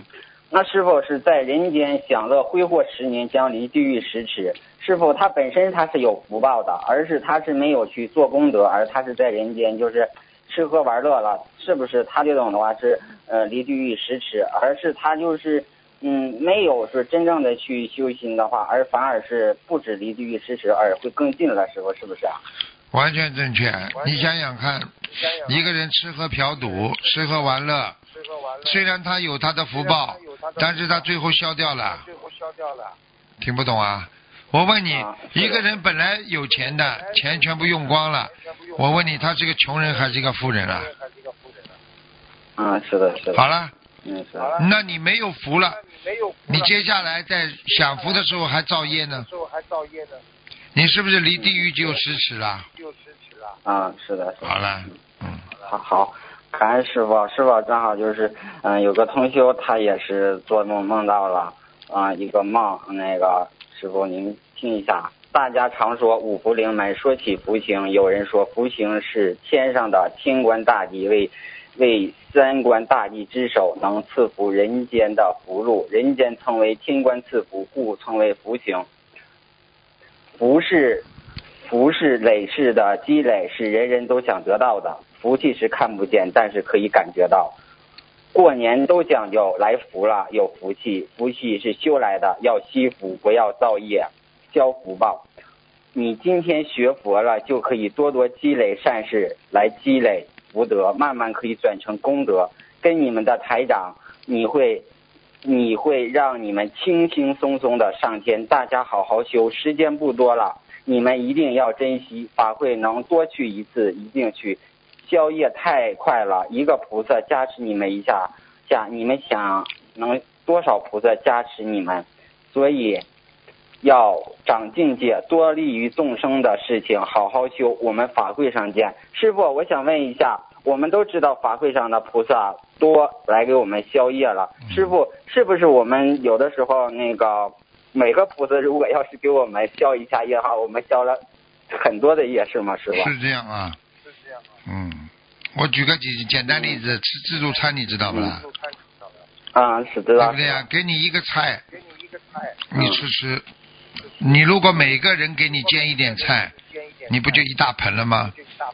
那师傅是在人间享乐挥霍十年，将离地狱十尺。师傅他本身他是有福报的，而是他是没有去做功德，而他是在人间就是吃喝玩乐了，是不是？他这种的话是呃离地狱十尺，而是他就是嗯没有是真正的去修心的话，而反而是不止离地狱十尺，而会更近了，师傅是不是啊？ 完全正确。你想想看，一个人吃喝嫖赌，吃喝玩乐，虽然他有他的福报，但是他最后消掉了。听不懂啊？我问你，一个人本来有钱的，钱全部用光了，我问你，他是个穷人还是一个富人啊？ 啊，是的，是的。 好了， 嗯，是的。那你没有福了，你接下来在享福的时候还造业呢？你是不是离地狱就有十尺了？ 啊，是的，是的。 好了，嗯， 好好，感恩师傅，师傅正好就是嗯、呃，有个同修他也是做梦梦到了啊、呃、一个梦，那个师傅您听一下。大家常说五福临门，说起福星，有人说福星是天上的天官大帝，为为三官大帝之首，能赐福人间的福禄，人间称为天官赐福，故称为福星。福是福是累世的积累，是人人都想得到的。福气是看不见，但是可以感觉到。过年都讲究来福了，有福气，福气是修来的，要惜福，不要造业，消福报。你今天学佛了，就可以多多积累善事，来积累福德，慢慢可以转成功德。跟你们的台长，你会你会让你们轻轻松松的上天。大家好好修，时间不多了，你们一定要珍惜法会，能多去一次一定去。消业太快了，一个菩萨加持你们一下下，你们想能多少菩萨加持你们？所以要长境界，多利于众生的事情，好好修。我们法会上见。师父，我想问一下，我们都知道法会上的菩萨多来给我们消业了，师父是不是我们有的时候那个每个菩萨如果要是给我们消一下业哈，我们消了很多的业是吗？师父？ 是这样啊。嗯，我举个简简单例子，吃自助餐你知道不啦？ 啊，是知道。 对不对啊？给你一个菜，你吃吃。你如果每个人给你煎一点菜，你不就一大盆了吗？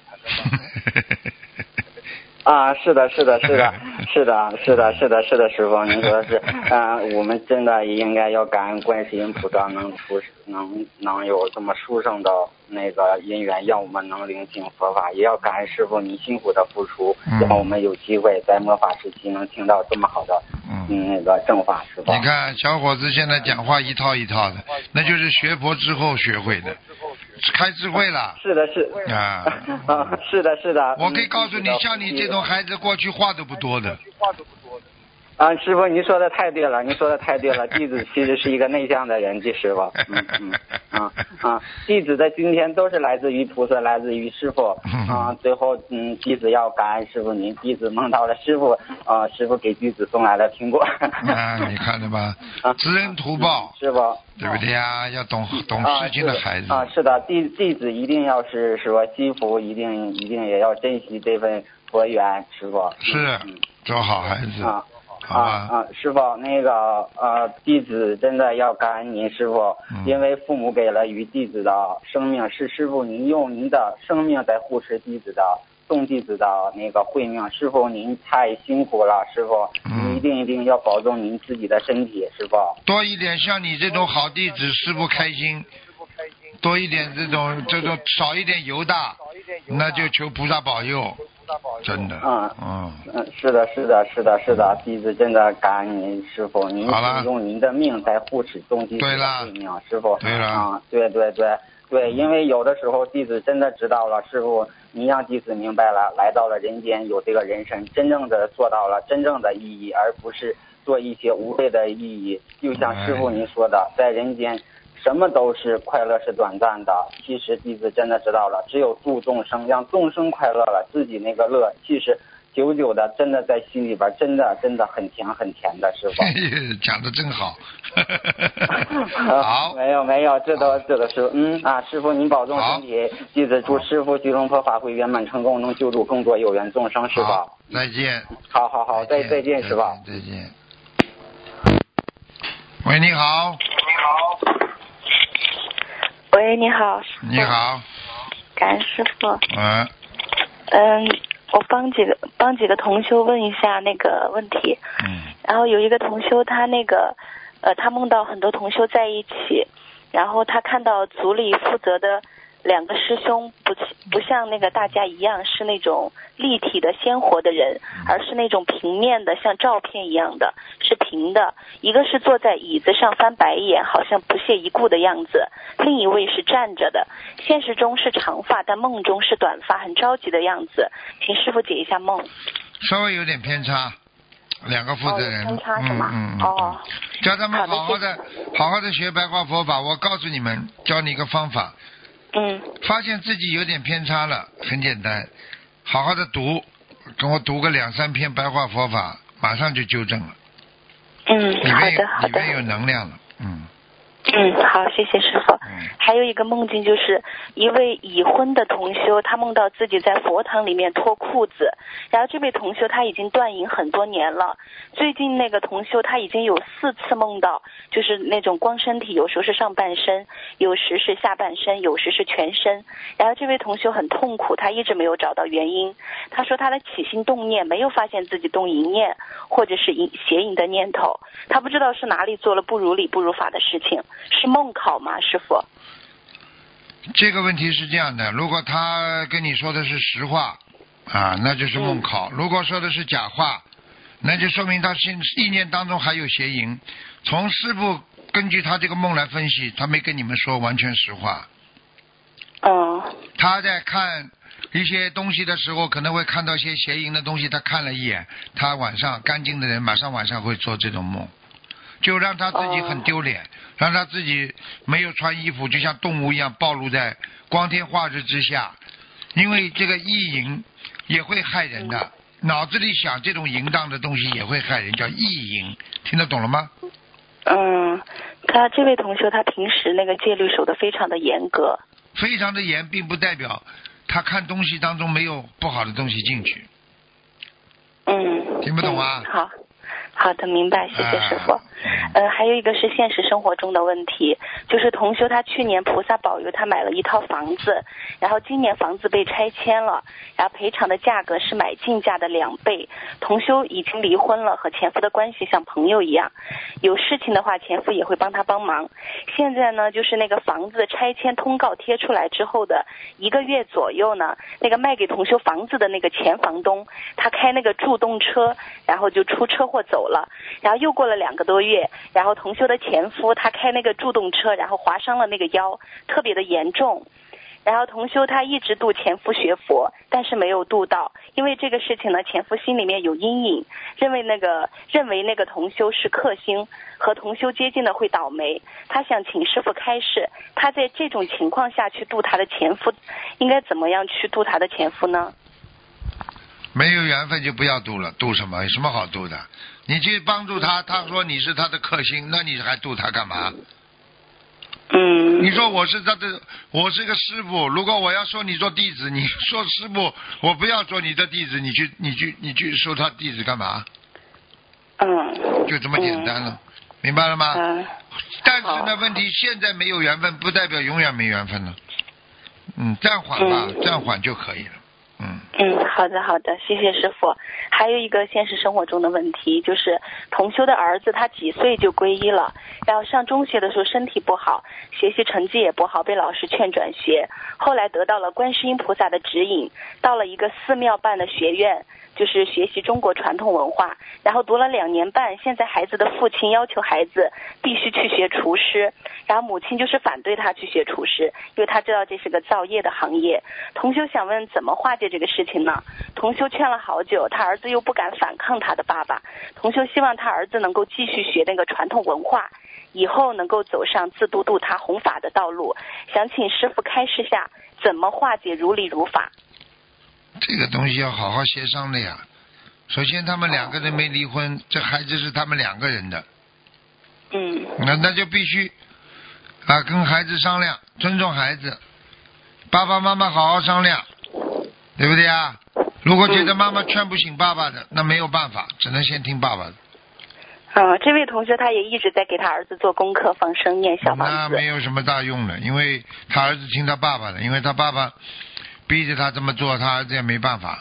啊，是的，是的，是的，是的，是的，是的，是的，师傅，您说的是，啊、呃，我们真的应该要感恩观世音菩萨能出能能有这么殊胜的那个因缘，让我们能聆听佛法，也要感恩师傅您辛苦的付出，让我们有机会在末法时期能听到这么好的嗯那个正法，师傅。 你看小伙子现在讲话一套一套的，那就是学佛之后学会的。开智慧了， 是的，是啊， 啊，是的，是的。 我可以告诉你，像你这种孩子，过去话都不多的。 啊，师傅，您说的太对了，您说的太对了。弟子其实是一个内向的人，这师傅，嗯嗯啊啊，弟子的今天都是来自于菩萨，来自于师傅啊。最后，嗯，弟子要感恩师傅您，弟子梦到了师傅啊，师傅给弟子送来了苹果。 啊，你看了吧？知恩图报， 师傅， 对不对呀？要懂懂事情的孩子啊，是的，弟弟子一定要是说惜福，一定一定也要珍惜这份佛缘，师傅是做好孩子啊。啊啊，师傅，那个呃，弟子真的要感恩您，师傅， 嗯、 因为父母给了于弟子的生命，是师傅您用您的生命在护持弟子的，送弟子的那个慧命，师傅您太辛苦了，师傅， 嗯、 您一定一定要保重您自己的身体，师傅。 多一点像你这种好弟子，师傅开心。多一点这种这种少一点犹大，那就求菩萨保佑。真的， 嗯嗯嗯，是的，是的，是的，是的，弟子真的感恩您师傅，您是用您的命在护持众弟子的慧命，师傅， 对了， 啊、嗯，对对对对，因为有的时候弟子真的知道了，师傅您让弟子明白了，来到了人间有这个人生，真正的做到了真正的意义，而不是做一些无谓的意义。就像师傅您说的，在人间。什么都是快乐是短暂的，其实弟子真的知道了，只有度众生，让众生快乐了，自己那个乐，其实久久的真的在心里边，真的真的很甜很甜的，师傅。 讲的真好。好， 没有没有，这都这都是嗯啊，师傅您保重身体，弟子祝师傅吉隆坡法会圆满成功，能救助更多有缘众生，师傅。 再见。 好好好，再再见，师傅。 再见。 喂，你好。 你好。喂，你好。 你好。 感恩师傅。 嗯。 嗯，我帮几个帮几个同修问一下那个问题。 嗯。 然后有一个同修，他那个呃，他梦到很多同修在一起，然后他看到组里负责的两个师兄不不像那个大家一样是那种立体的鲜活的人，而是那种平面的，像照片一样的，是平的。一个是坐在椅子上翻白眼，好像不屑一顾的样子；另一位是站着的，现实中是长发，但梦中是短发，很着急的样子。请师傅解一下梦。 稍微有点偏差，两个负责人。 哦、偏差是吗？ 嗯嗯嗯。 哦。 教他们好好的，好好的学白话佛法。我告诉你们，教你一个方法。 嗯， 发现自己有点偏差了，很简单，好好的读，跟我读个两三篇白话佛法，马上就纠正了。 嗯，好的好的。里面有能量了，嗯。 嗯，好，谢谢师傅。 嗯。 还有一个梦境，就是一位已婚的同修，他梦到自己在佛堂里面脱裤子，然后这位同修他已经断淫很多年了，最近那个同修他已经有四次梦到，就是那种光身体，有时候是上半身，有时是下半身，有时是全身，然后这位同修很痛苦，他一直没有找到原因。他说他的起心动念没有发现自己动淫念或者是淫邪淫的念头，他不知道是哪里做了不如理不如法的事情，是梦考吗，师傅？ 这个问题是这样的，如果他跟你说的是实话啊，那就是梦考； 嗯、 如果说的是假话，那就说明他心意念当中还有邪淫。从师父根据他这个梦来分析，他没跟你们说完全实话。 嗯。 他在看一些东西的时候，可能会看到一些邪淫的东西，他看了一眼，他晚上干净的人马上晚上会做这种梦，就让他自己很丢脸。哦，让他自己没有穿衣服，就像动物一样暴露在光天化日之下。因为这个意淫也会害人的，嗯、脑子里想这种淫荡的东西也会害人，叫意淫，听得懂了吗？ 嗯，他这位同学他平时那个戒律守得非常的严格。 非常的严，并不代表他看东西当中没有不好的东西进去。 嗯。 听不懂啊？ 嗯、好。好的，明白，谢谢师傅。呃，还有一个是现实生活中的问题，就是同修他去年菩萨保佑他买了一套房子，然后今年房子被拆迁了，然后赔偿的价格是买进价的两倍。同修已经离婚了，和前夫的关系像朋友一样，有事情的话前夫也会帮他帮忙。现在呢，就是那个房子拆迁通告贴出来之后的一个月左右呢，那个卖给同修房子的那个前房东，他开那个助动车，然后就出车祸走了。然后又过了两个多月，然后同修的前夫他开那个助动车，然后划伤了那个腰，特别的严重。然后同修他一直度前夫学佛，但是没有度到，因为这个事情呢，前夫心里面有阴影，认为那个认为那个同修是克星，和同修接近的会倒霉。他想请师父开示，他在这种情况下去度他的前夫，应该怎么样去度他的前夫呢？ 没有缘分就不要度了，度什么？有什么好度的？你去帮助他，他说你是他的克星，那你还度他干嘛？ 嗯。 你说我是他的，我是个师傅，如果我要收你做弟子，你说师傅，我不要做你的弟子，你去你去你去收他弟子干嘛？ 嗯。 就这么简单了，嗯、明白了吗？ 嗯。 但是呢，问题现在没有缘分，不代表永远没缘分了。嗯，暂缓吧， 嗯、 暂缓就可以了。嗯嗯，好的好的，谢谢师傅。还有一个现实生活中的问题，就是同修的儿子他几岁就皈依了，然后上中学的时候身体不好，学习成绩也不好，被老师劝转学，后来得到了观世音菩萨的指引，到了一个寺庙办的学院，就是学习中国传统文化，然后读了两年半，现在孩子的父亲要求孩子必须去学厨师，然后母亲就是反对他去学厨师，因为他知道这是个造业的行业。同修想问怎么化解这个事情呢？同修劝了好久，他儿子又不敢反抗他的爸爸，同修希望他儿子能够继续学那个传统文化，以后能够走上自度度他弘法的道路，想请师父开示下怎么化解如理如法。 这个东西要好好协商的呀。首先他们两个人没离婚，这孩子是他们两个人的。 嗯。 那那就必须啊跟孩子商量，尊重孩子，爸爸妈妈好好商量，对不对啊？如果觉得妈妈劝不醒爸爸的，那没有办法，只能先听爸爸的。 嗯，这位同学他也一直在给他儿子做功课，放生念小房子。 那没有什么大用的，因为他儿子听他爸爸的，因为他爸爸逼着他这么做，他儿子也没办法。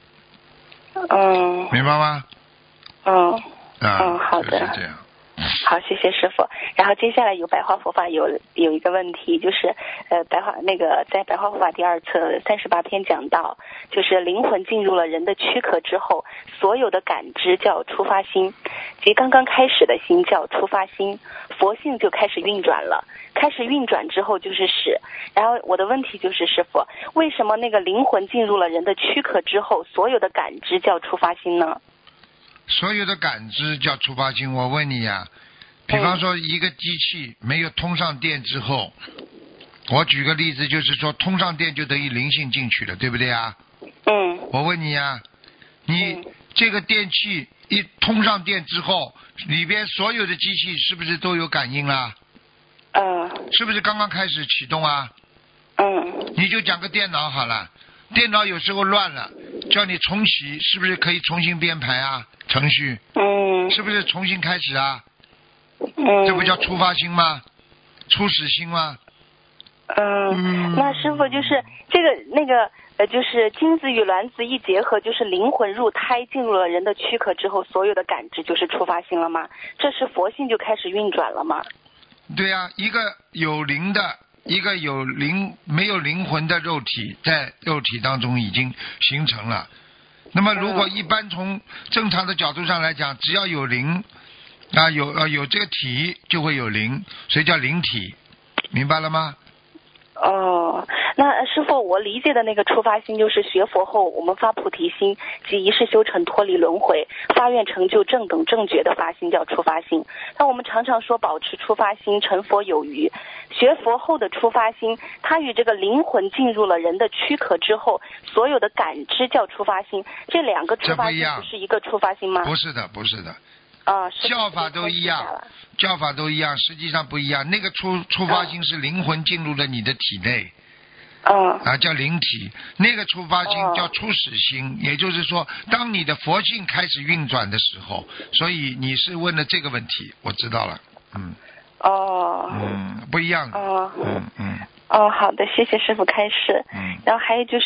嗯。 明白吗？ 嗯。 啊。 嗯，好的。 就是这样。 好，谢谢师傅。然后接下来有白话佛法有有一个问题，就是呃白话那个在白话佛法第二册三十八篇讲到，就是灵魂进入了人的躯壳之后，所有的感知叫出发心，即刚刚开始的心叫出发心，佛性就开始运转了，开始运转之后就是始。然后我的问题就是师傅，为什么那个灵魂进入了人的躯壳之后，所有的感知叫出发心呢？ 所有的感知叫出发心。我问你呀、啊，比方说一个机器没有通上电之后，我举个例子，就是说通上电就等于灵性进去了，对不对啊？ 嗯。 我问你呀、啊，你这个电器一通上电之后，里边所有的机器是不是都有感应啦？ 嗯。 是不是刚刚开始启动啊？ 嗯。 你就讲个电脑好了，电脑有时候乱了，叫你重启，是不是可以重新编排啊？程序， 嗯， 是不是重新开始啊？ 嗯， 这不叫出发心吗？初始心吗？ 嗯，嗯那师傅就是这个那个呃，就是精子与卵子一结合，就是灵魂入胎进入了人的躯壳之后，所有的感知就是出发心了吗？这时佛性就开始运转了吗？ 对呀、啊，一个有灵的，一个有灵没有灵魂的肉体，在肉体当中已经形成了。那么如果一般从正常的角度上来讲，只要有灵啊，有呃有这个体就会有灵，所以叫灵体，明白了吗？ 哦，那师父，我理解的那个出发心就是学佛后我们发菩提心，即一世修成脱离轮回，发愿成就正等正觉的发心叫出发心。那我们常常说保持出发心，成佛有余。学佛后的出发心，它与这个灵魂进入了人的躯壳之后，所有的感知叫出发心，这两个出发心不是一个出发心吗？ 不是的，不是的。 啊， 教法都一样，教法都一样，实际上不一样。那个出出发心是灵魂进入了你的体内， 嗯， 啊叫灵体。那个出发心叫初始心，也就是说，当你的佛性开始运转的时候，所以你是问的这个问题，我知道了，嗯。 哦。 嗯，不一样的。 哦。 嗯嗯。 哦，好的，谢谢师父开示。 嗯。 然后还有就是。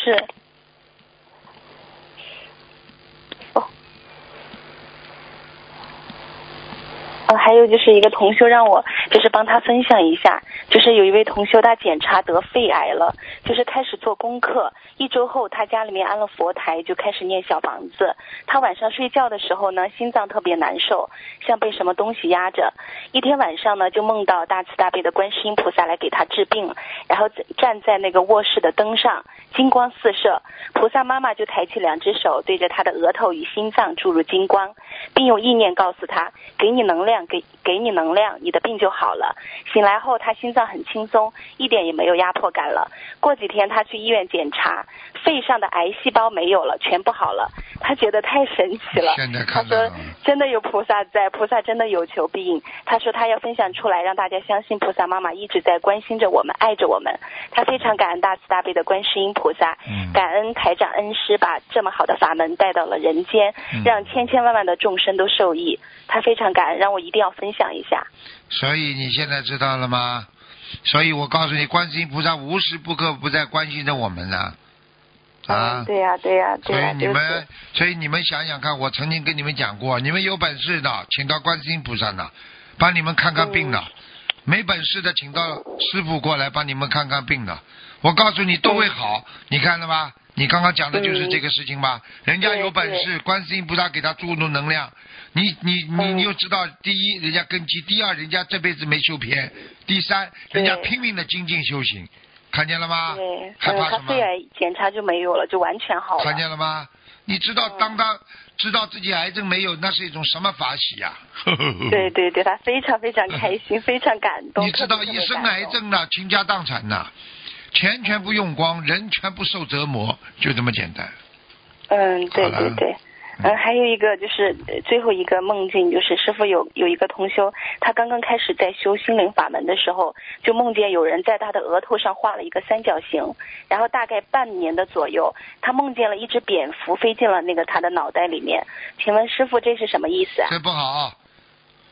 呃，还有就是一个同修让我就是帮他分享一下，就是有一位同修他检查得肺癌了，就是开始做功课，一周后他家里面安了佛台，就开始念小房子。他晚上睡觉的时候呢，心脏特别难受，像被什么东西压着。一天晚上呢，就梦到大慈大悲的观世音菩萨来给他治病，然后站在那个卧室的灯上，金光四射，菩萨妈妈就抬起两只手对着他的额头与心脏注入金光，并用意念告诉他，给你能量，给给你能量，你的病就好了。醒来后他心脏很轻松，一点也没有压迫感了。过几天他去医院检查，肺上的癌细胞没有了，全部好了。他觉得太神奇了，他说真的有菩萨在，菩萨真的有求必应。他说他要分享出来，让大家相信菩萨妈妈一直在关心着我们，爱着我们。他非常感恩大慈大悲的观世音菩萨，感恩台长恩师把这么好的法门带到了人间，让千千万万的众生都受益。他非常感恩，让我一定要分享一下。 所以你现在知道了吗？所以我告诉你，观世音菩萨无时不刻不在关心着我们呢。啊， 嗯、对呀、啊，对呀、啊，对呀、 啊。所以你们，所以你们想想看，我曾经跟你们讲过，你们有本事的，请到观世音菩萨那，帮你们看看病的；嗯、没本事的，请到师父过来帮你们看看病的。我告诉你，都会好。嗯、你看了吧？你刚刚讲的就是这个事情吧？嗯、人家有本事，观世音菩萨给他注入能量。你你你你又知道，第一人家根基，第二人家这辈子没修偏，第三人家拼命的精进修行，看见了吗？ 对， 害怕什么？ 他肺癌检查就没有了，就完全好了。 看见了吗？你知道，当他知道自己癌症没有，那是一种什么法喜呀、啊？ 对对对，他非常非常开心，非常感动。 你知道，一生癌症了，倾家荡产呐，钱全部用光，人全部受折磨，就这么简单。 嗯，对对对。嗯，还有一个就是最后一个梦境，就是师父有有一个同修，他刚刚开始在修心灵法门的时候，就梦见有人在他的额头上画了一个三角形，然后大概半年的左右，他梦见了一只蝙蝠飞进了那个他的脑袋里面。请问师父，这是什么意思啊？ 这不好，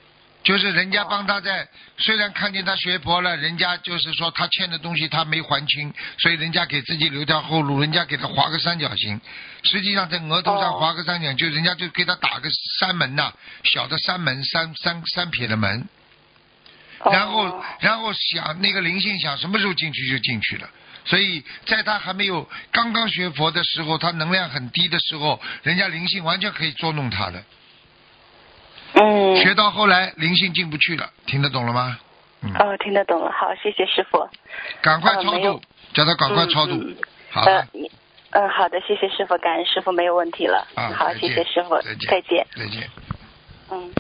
就是人家帮他在，虽然看见他学佛了，人家就是说他欠的东西他没还清，所以人家给自己留条后路，人家给他划个三角形，实际上在额头上划个三角形，就人家就给他打个山门呐、啊，小的山门，三三三撇的门，然后然后想那个灵性想什么时候进去就进去了。所以在他还没有刚刚学佛的时候，他能量很低的时候，人家灵性完全可以捉弄他的。 嗯。 学到后来灵性进不去了，听得懂了吗？ 嗯、哦，听得懂了。好，谢谢师傅。 赶快超度，呃、叫他赶快超度。嗯、好了。 嗯、呃，好的，谢谢师傅，感恩师傅，没有问题了。 啊， 好，谢谢师傅， 再见。 再见。 再见。 嗯。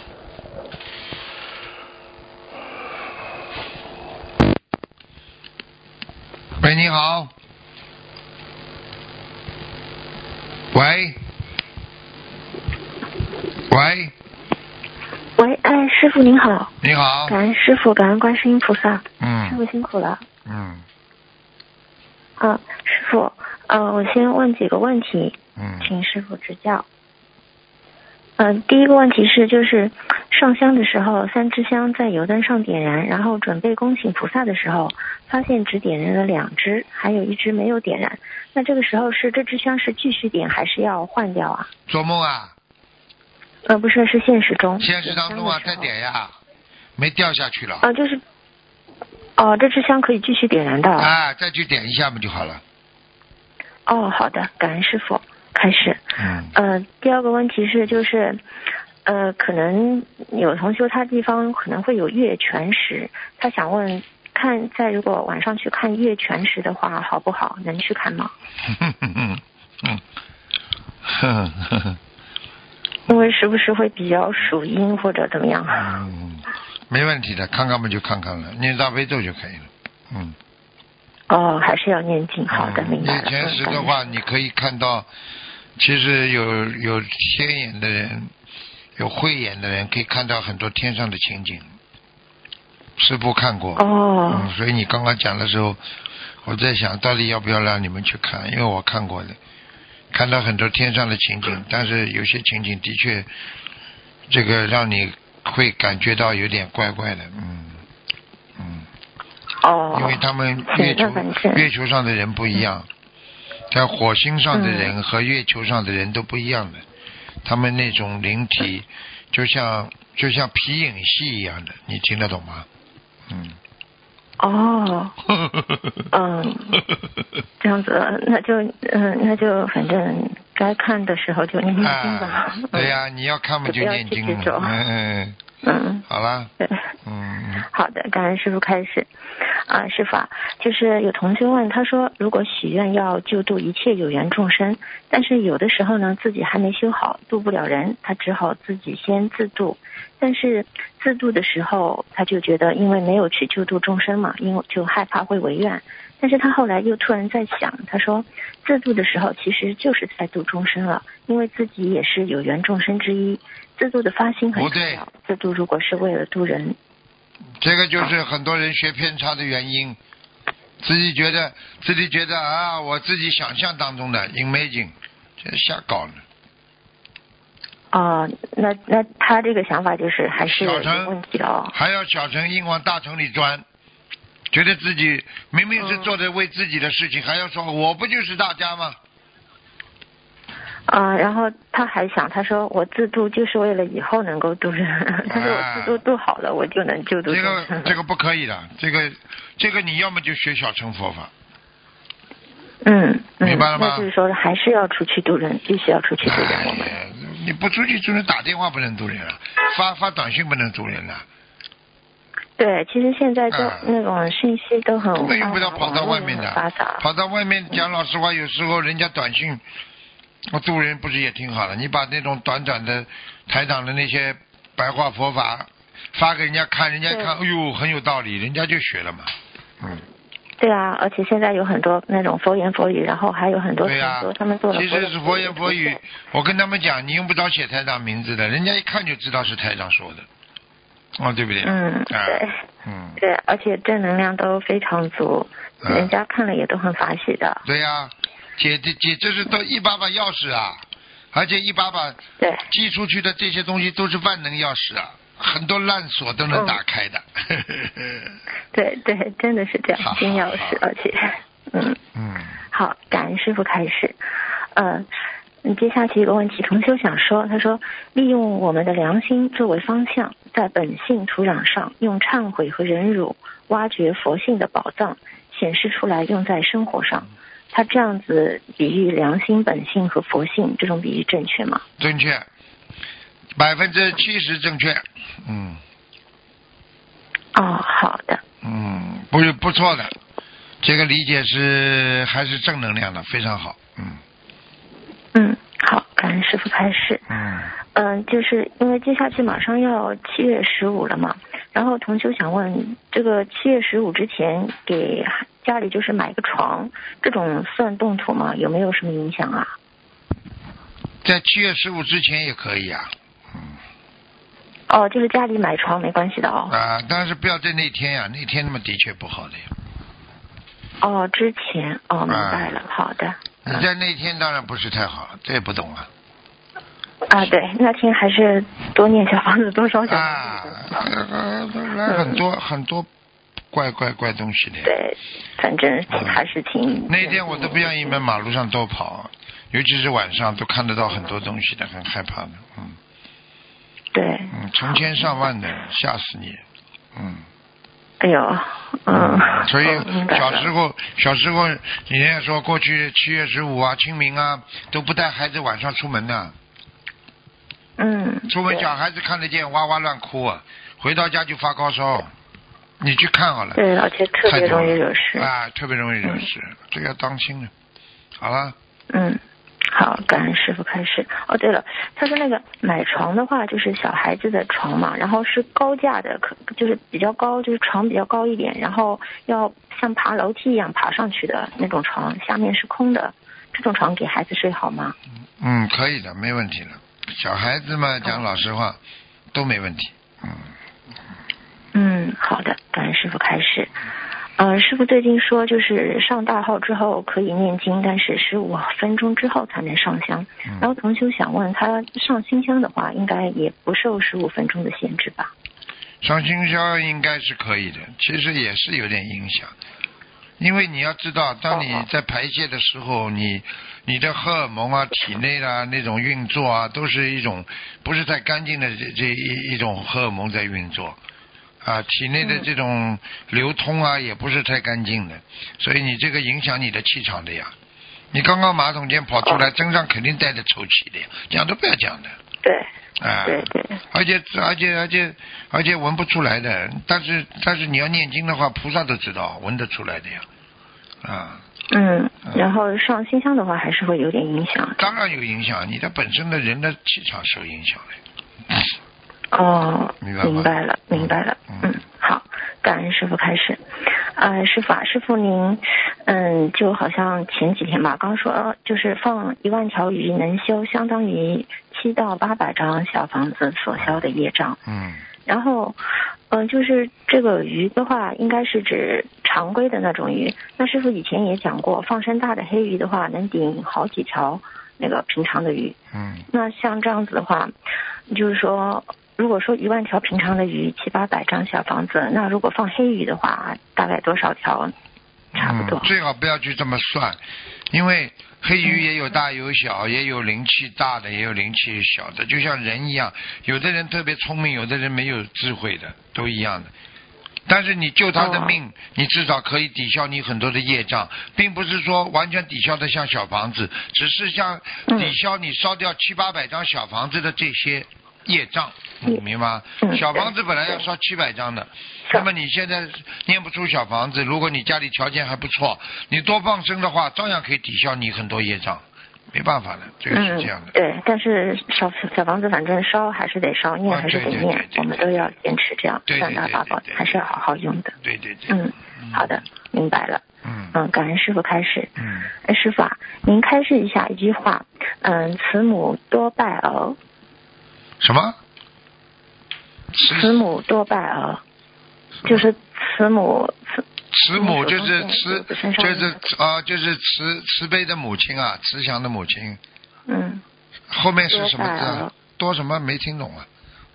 喂，你好。喂。喂。 喂，哎，师傅您好。 你好。 感恩师傅，感恩观世音菩萨。 嗯。 师傅辛苦了。 嗯。 啊，师傅，呃，我先问几个问题。 嗯。 请师傅指教。嗯、呃，第一个问题是，就是上香的时候，三支香在油灯上点燃，然后准备恭请菩萨的时候，发现只点燃了两支，还有一支没有点燃。那这个时候是这支香是继续点，还是要换掉啊？ 做梦啊？ 呃，不是，是现实中。 现实当中啊，再点呀，没掉下去了。 啊、呃，就是，哦、呃，这支香可以继续点燃的。 啊，再去点一下嘛就好了。 哦，好的，感恩师傅。开始。 嗯。 呃，第二个问题是，就是，呃，可能有同修他地方可能会有月全食，他想问，看在如果晚上去看月全食的话，好不好？能去看吗？ 嗯嗯嗯。 因为是不是会比较属阴或者怎么样？ 嗯，没问题的，看看嘛就看看了，念大悲咒就可以了。嗯。 哦，还是要念经。好的，明白了。 月全食的话，你可以看到。其实有有天眼的人，有慧眼的人，可以看到很多天上的情景。师父看过。 哦、 嗯。所以你刚刚讲的时候，我在想到底要不要让你们去看，因为我看过的，看到很多天上的情景，但是有些情景的确，这个让你会感觉到有点怪怪的，嗯嗯。 哦。 因为他们月球月球上的人不一样。在火星上的人和月球上的人都不一样的，嗯、他们那种灵体就像就像皮影戏一样的，你听得懂吗？嗯。 哦。嗯，这样子，那就嗯，那就反正该看的时候就念经吧。 啊、对呀、啊，你要看嘛就念经了。嗯嗯。 嗯。 好了。 对。 嗯。 好的，感恩师父开始。啊，师父，就是有同学问，他说，如果许愿要救度一切有缘众生，但是有的时候呢，自己还没修好，度不了人，他只好自己先自度。但是自度的时候，他就觉得因为没有去救度众生嘛，因为就害怕会违愿。但是他后来又突然在想，他说，自度的时候其实就是在度众生了，因为自己也是有缘众生之一，自度的发心很重要。自度如果是为了度人。 这个就是很多人学偏差的原因，自己觉得自己觉得啊，我自己想象当中的 imagine， 这瞎搞呢。 哦，那那他这个想法就是还是有问题的哦。 还要小城硬往大城里钻，觉得自己明明是做的为自己的事情，嗯、还要说我不就是大家吗？ 啊、呃，然后他还想，他说我自度就是为了以后能够度人，他说我自度度好了，我就能救度众生。 这个这个不可以的，这个这个你要么就学小乘佛法。 嗯， 明白了吗？ 那就是说还是要出去度人，必须要出去度人。我们、 哎、你不出去度人，打电话不能度人了，发发短信不能度人了。 对，其实现在都、啊、那种信息都很根本用不着跑到外面的，跑到外面讲老实话，有时候人家短信。我度人不是也挺好的？你把那种短短的台长的那些白话佛法发给人家看，人家看，哎呦，很有道理，人家就学了嘛。嗯。 对啊，而且现在有很多那种佛言佛语，然后还有很多很多、啊、他们做的。 其实是佛言佛语，我跟他们讲，你用不着写台长名字的，人家一看就知道是台长说的。哦，对不对？ 嗯， 啊、 对， 嗯， 对，而且正能量都非常足，啊、人家看了也都很法喜的。 对呀、啊。姐姐姐，这是都一把把钥匙啊，而且一把把对寄出去的这些东西都是万能钥匙啊， 很多烂锁都能打开的。 嗯、对对，真的是这样，金钥匙，而且，嗯嗯，好，感恩师父开始。呃，接下去一个问题，同修想说，他说，利用我们的良心作为方向，在本性土壤上，用忏悔和忍辱挖掘佛性的宝藏，显示出来用在生活上。他这样子比喻良心、本性和佛性，这种比喻正确吗？ 正确，百分之七十正确。嗯。 哦，好的。 嗯，不是不错的，这个理解是还是正能量的，非常好。嗯。 嗯，好，感恩师父开示。 嗯。 嗯、呃，就是因为接下去马上要七月十五了嘛，然后同修想问，这个七月十五之前给家里就是买个床，这种算动土吗？有没有什么影响啊？ 在七月十五之前也可以啊。嗯。 哦，就是家里买床没关系的哦。 啊，但是不要在那天呀、啊，那天那么的确不好的呀。 哦，之前哦，明白了，啊、好的。 你在那天当然不是太好，这也不懂啊。 啊，对，那天还是多念小房子，多烧小房子。 啊，来很多、嗯、很多怪怪怪东西的。 对，反正还是挺。 嗯、那天我都不愿意在马路上多跑，尤其是晚上都看得到很多东西的，很害怕的。嗯。 对。 嗯，成千上万的，吓死你。嗯。 哎呦，嗯。 所以小时候，小时候人家说过去七月十五啊、清明啊，都不带孩子晚上出门的。 嗯。 出门小孩子看得见，哇哇乱哭啊，回到家就发高烧。你去看好了。 对，而且特别容易惹事。 啊，特别容易惹事，嗯、这个要当心的。好了。 嗯。好，感恩师父开示。哦，对了，他说那个买床的话，就是小孩子的床嘛，然后是高架的，可就是比较高，就是床比较高一点，然后要像爬楼梯一样爬上去的那种床，下面是空的，这种床给孩子睡好吗？ 嗯，可以的，没问题的。小孩子嘛，讲老实话，哦、都没问题。嗯。 嗯，好的，感恩师父开示。呃，师父最近说，就是上大号之后可以念经，但是十五分钟之后才能上香。嗯、然后同修想问他，上新香的话，应该也不受十五分钟的限制吧？ 上新香应该是可以的，其实也是有点影响，因为你要知道，当你在排泄的时候，你你的荷尔蒙啊、体内啊那种运作啊，都是一种不是太干净的这这一一种荷尔蒙在运作。啊，体内的这种流通啊，也不是太干净的，所以你这个影响你的气场的呀。你刚刚马桶间跑出来，身上肯定带着臭气的呀，讲都不要讲的。 对。 啊。 对对。 而且而且而且而且闻不出来的，但是但是你要念经的话，菩萨都知道，闻得出来的呀。啊。 嗯，然后上新香的话，还是会有点影响。 当然有影响，你的本身的人的气场受影响的。 哦，明白了，明白了。嗯，好，感恩师父开始。呃，师父啊，师父您，嗯，就好像前几天吧，刚说就是放一万条鱼能修相当于七到八百张小房子所消的业障。 嗯。 然后，嗯、呃，就是这个鱼的话，应该是指常规的那种鱼。那师父以前也讲过，放生大的黑鱼的话，能顶好几条那个平常的鱼。 嗯。 那像这样子的话，就是说。如果说一万条平常的鱼，七八百张小房子，那如果放黑鱼的话，大概多少条？差不多。 嗯、最好不要去这么算，因为黑鱼也有大有小，嗯、也有灵气大的，也有灵气小的，就像人一样，有的人特别聪明，有的人没有智慧的，都一样的。但是你救他的命，哦、你至少可以抵消你很多的业障，并不是说完全抵消的像小房子，只是像抵消你烧掉七八百张小房子的这些业障。你明白吗？小房子本来要烧七百张的，那么你现在念不出小房子，如果你家里条件还不错，你多放生的话，照样可以抵消你很多业障，没办法的，这个是这样的。 嗯、对，但是小小房子反正烧还是得烧，念还是得念， 啊、对对对对对我们都要坚持这样， 对对对对对三大法宝还是要好好用的。 对对对。 嗯，好的，明白了。 嗯嗯，感恩师父开始。 嗯。 哎，师父啊，您开示一下一句话，嗯，慈母多败儿。 什么？ 慈母多败儿，就是慈母慈慈母就是慈就是啊、呃、就是慈慈悲的母亲啊，慈祥的母亲。 嗯。 后面是什么字啊？多什么没听懂啊？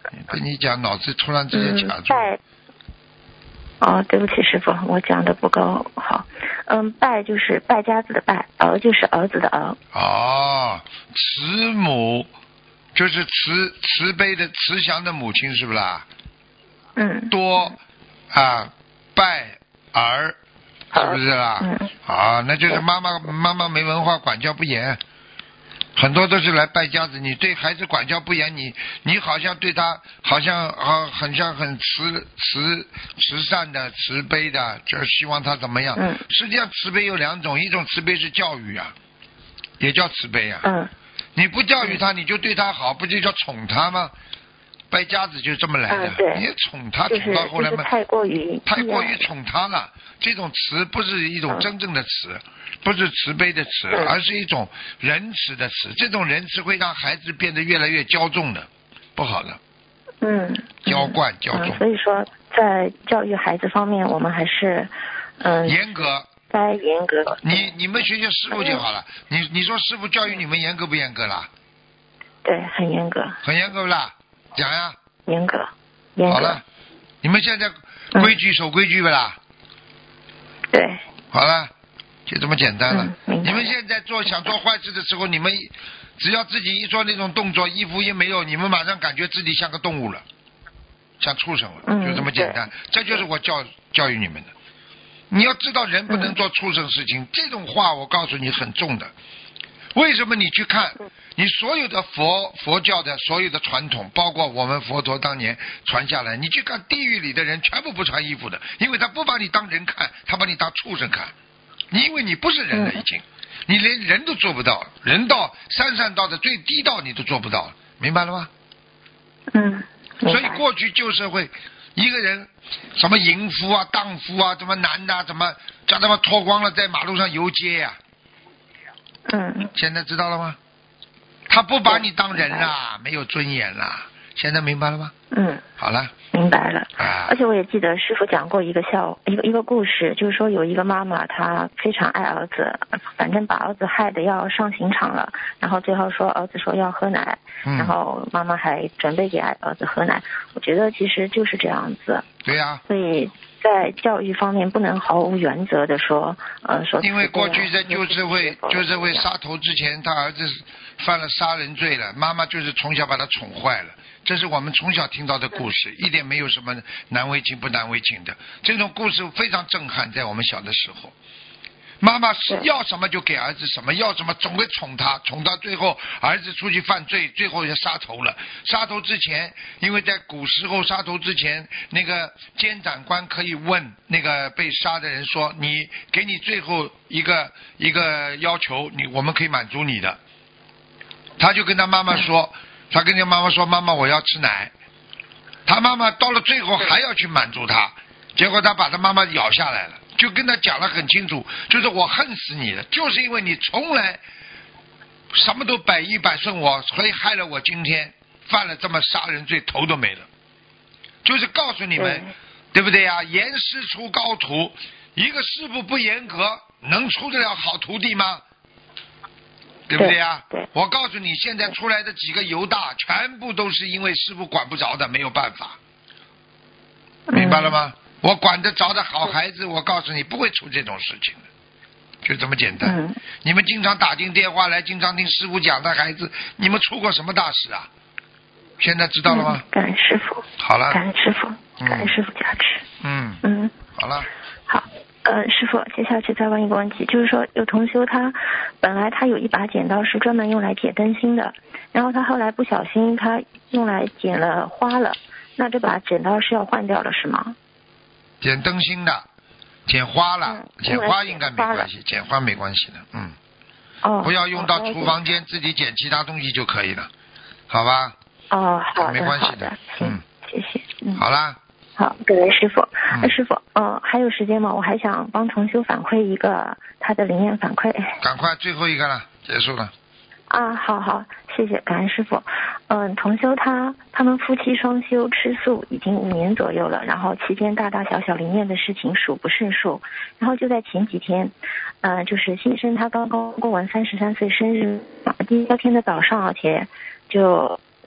跟你讲，脑子突然之间卡住。 拜。哦，对不起，师傅，我讲的不够好。嗯，拜就是败家子的败，儿就是儿子的儿。 哦，慈母就是慈慈悲的慈祥的母亲，是不啦？ 嗯。 多啊，拜儿，是不是啦？ 嗯。 啊，那就是妈妈妈妈没文化，管教不严。很多都是来败家子，你对孩子管教不严，你你好像对他好像啊很像很慈慈慈善的慈悲的，就是希望他怎么样。 嗯。 实际上慈悲有两种，一种慈悲是教育啊，也叫慈悲啊。 嗯。 你不教育他，你就对他好，不就叫宠他吗？败家子就这么来的， 嗯、对你宠他就是宠到后来嘛， 就是太过于太过于宠他了。这种慈不是一种真正的慈，嗯、不是慈悲的慈， 嗯、 而是一种仁慈的慈。这种仁慈会让孩子变得越来越骄纵的，不好的。 嗯。 娇惯骄纵、 嗯。所以说，在教育孩子方面，我们还是嗯严格。 该严格。 你你们学学师傅就好了。嗯、你你说师傅教育你们严格不严格啦？ 对，很严格。 很严格不啦？讲呀。 严格。严格。 好了，你们现在规矩、嗯、守规矩不啦？ 对。 好了，就这么简单了。 嗯、 你们现在做想做坏事的时候，你们只要自己一做那种动作，衣服一没有，你们马上感觉自己像个动物了，像畜生了， 嗯、 就这么简单。这就是我教教育你们的。你要知道，人不能做畜生事情，嗯、这种话我告诉你很重的。为什么你去看你所有的佛佛教的所有的传统，包括我们佛陀当年传下来，你去看地狱里的人全部不穿衣服的，因为他不把你当人看，他把你当畜生看，你因为你不是人了已经，你连人都做不到，人道三善道的最低道你都做不到，明白了吗？ 嗯。 所以过去旧社会一个人什么淫妇啊荡妇啊怎么男的怎么叫他们脱光了在马路上游街呀、啊嗯， 现在知道了吗？他不把你当人啦，没有尊严啦，现在明白了吗？ 嗯， 好了， 明白了。 啊、 而且我也记得师傅讲过一个笑一个一个故事，就是说有一个妈妈，她非常爱儿子，反正把儿子害得要上刑场了，然后最后说儿子说要喝奶， 嗯、 然后妈妈还准备给儿子喝奶。我觉得其实就是这样子。 对呀、啊。 所以在教育方面不能毫无原则的说，呃，说。 因为过去在旧社会，旧社会杀头之前，他儿子犯了杀人罪了，妈妈就是从小把他宠坏了，这是我们从小听到的故事，一点没有什么难为情不难为情的。这种故事非常震撼，在我们小的时候，妈妈是要什么就给儿子什么，要什么总会宠他，宠到最后儿子出去犯罪，最后就杀头了。杀头之前，因为在古时候杀头之前，那个监斩官可以问那个被杀的人说：“你给你最后一个一个要求，你我们可以满足你的。”他就跟他妈妈说，他跟他妈妈说：“妈妈，我要吃奶。”他妈妈到了最后还要去满足他，结果他把他妈妈咬下来了。就跟他讲得很清楚，就是我恨死你了，就是因为你从来什么都百依百顺我，所以害了我今天犯了这么杀人罪，头都没了。就是告诉你们，嗯、对不对呀？严师出高徒，一个师傅不严格，能出得了好徒弟吗？对不对呀？ 对对， 我告诉你，现在出来的几个犹大，全部都是因为师傅管不着的，没有办法，明白了吗？嗯，我管得着的好孩子，我告诉你不会出这种事情的，就这么简单。 嗯、 你们经常打进电话来，经常听师傅讲的孩子，你们出过什么大事啊？现在知道了吗？ 嗯、感恩师傅。 好了。 感恩师傅，感恩师傅加持。 嗯。 嗯。 好了。 好，呃，师傅，接下去再问一个问题，就是说有同修他本来他有一把剪刀是专门用来剪灯芯的，然后他后来不小心他用来剪了花了，那这把剪刀是要换掉了是吗？ 剪灯芯的，剪花了， 嗯、 剪花应该没关系，剪花没关系的，嗯。 哦。 不要用到厨房间，自己剪其他东西就可以了，好吧？ 哦，好的， 没关系的， 的， 嗯，谢谢，嗯。 好啦。 好，各位师傅， 嗯、 那师傅，呃，还有时间吗？我还想帮同修反馈一个他的灵验反馈。 赶快，最后一个了，结束了。 啊，好好，谢谢，感恩师傅。嗯、呃，同修他他们夫妻双修吃素已经五年左右了，然后期间大大小小灵验的事情数不胜数。然后就在前几天，呃，就是新生他刚刚过完三十三岁生日，第二天的早上，而且就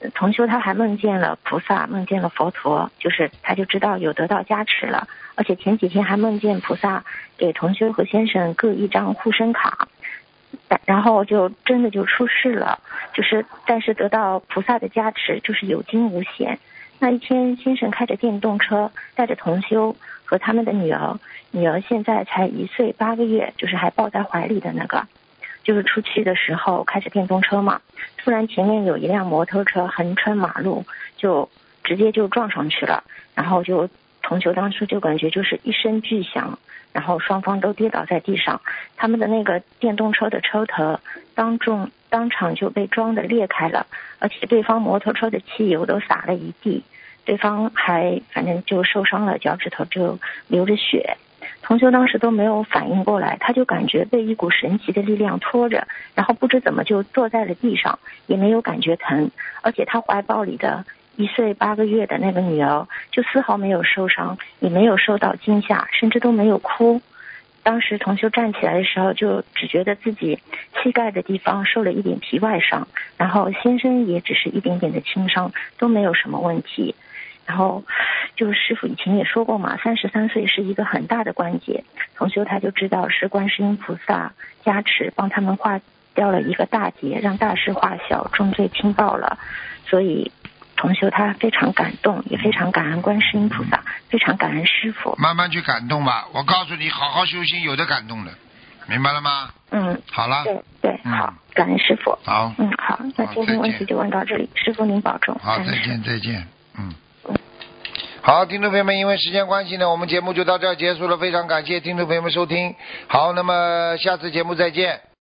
同修他还梦见了菩萨，梦见了佛陀，就是他就知道有得到加持了，而且前几天还梦见菩萨给同修和先生各一张护身卡，然后就真的就出事了，就是但是得到菩萨的加持，就是有惊无险。那一天先生开着电动车带着同修和他们的女儿，女儿现在才一岁八个月，就是还抱在怀里的那个，就是出去的时候开着电动车嘛，突然前面有一辆摩托车横穿马路，就直接就撞上去了，然后就同修当时就感觉就是一声巨响，然后双方都跌倒在地上，他们的那个电动车的车头当众当场就被撞得裂开了，而且对方摩托车的汽油都洒了一地，对方还反正就受伤了，脚趾头就流着血。同修当时都没有反应过来，他就感觉被一股神奇的力量拖着，然后不知怎么就坐在了地上，也没有感觉疼，而且他怀抱里的一岁八个月的那个女儿就丝毫没有受伤，也没有受到惊吓，甚至都没有哭。当时同修站起来的时候，就只觉得自己膝盖的地方受了一点皮外伤，然后先生也只是一点点的轻伤，都没有什么问题。然后就师父以前也说过嘛，三十三岁是一个很大的关节，同修他就知道是观世音菩萨加持，帮他们化掉了一个大劫，让大事化小，重罪轻报了。所以同修他非常感动，也非常感恩观世音菩萨，非常感恩师父。 慢慢去感动吧，我告诉你，好好修心，有的感动的，明白了吗？ 嗯， 好了。 对对， 嗯、 好，感恩师父。 好， 嗯，好，那今天问题就问到这里，师父您保重。 好，再见再见，嗯。好，听众朋友们，因为时间关系呢，我们节目就到这儿结束了，非常感谢听众朋友们收听。好，那么下次节目再见。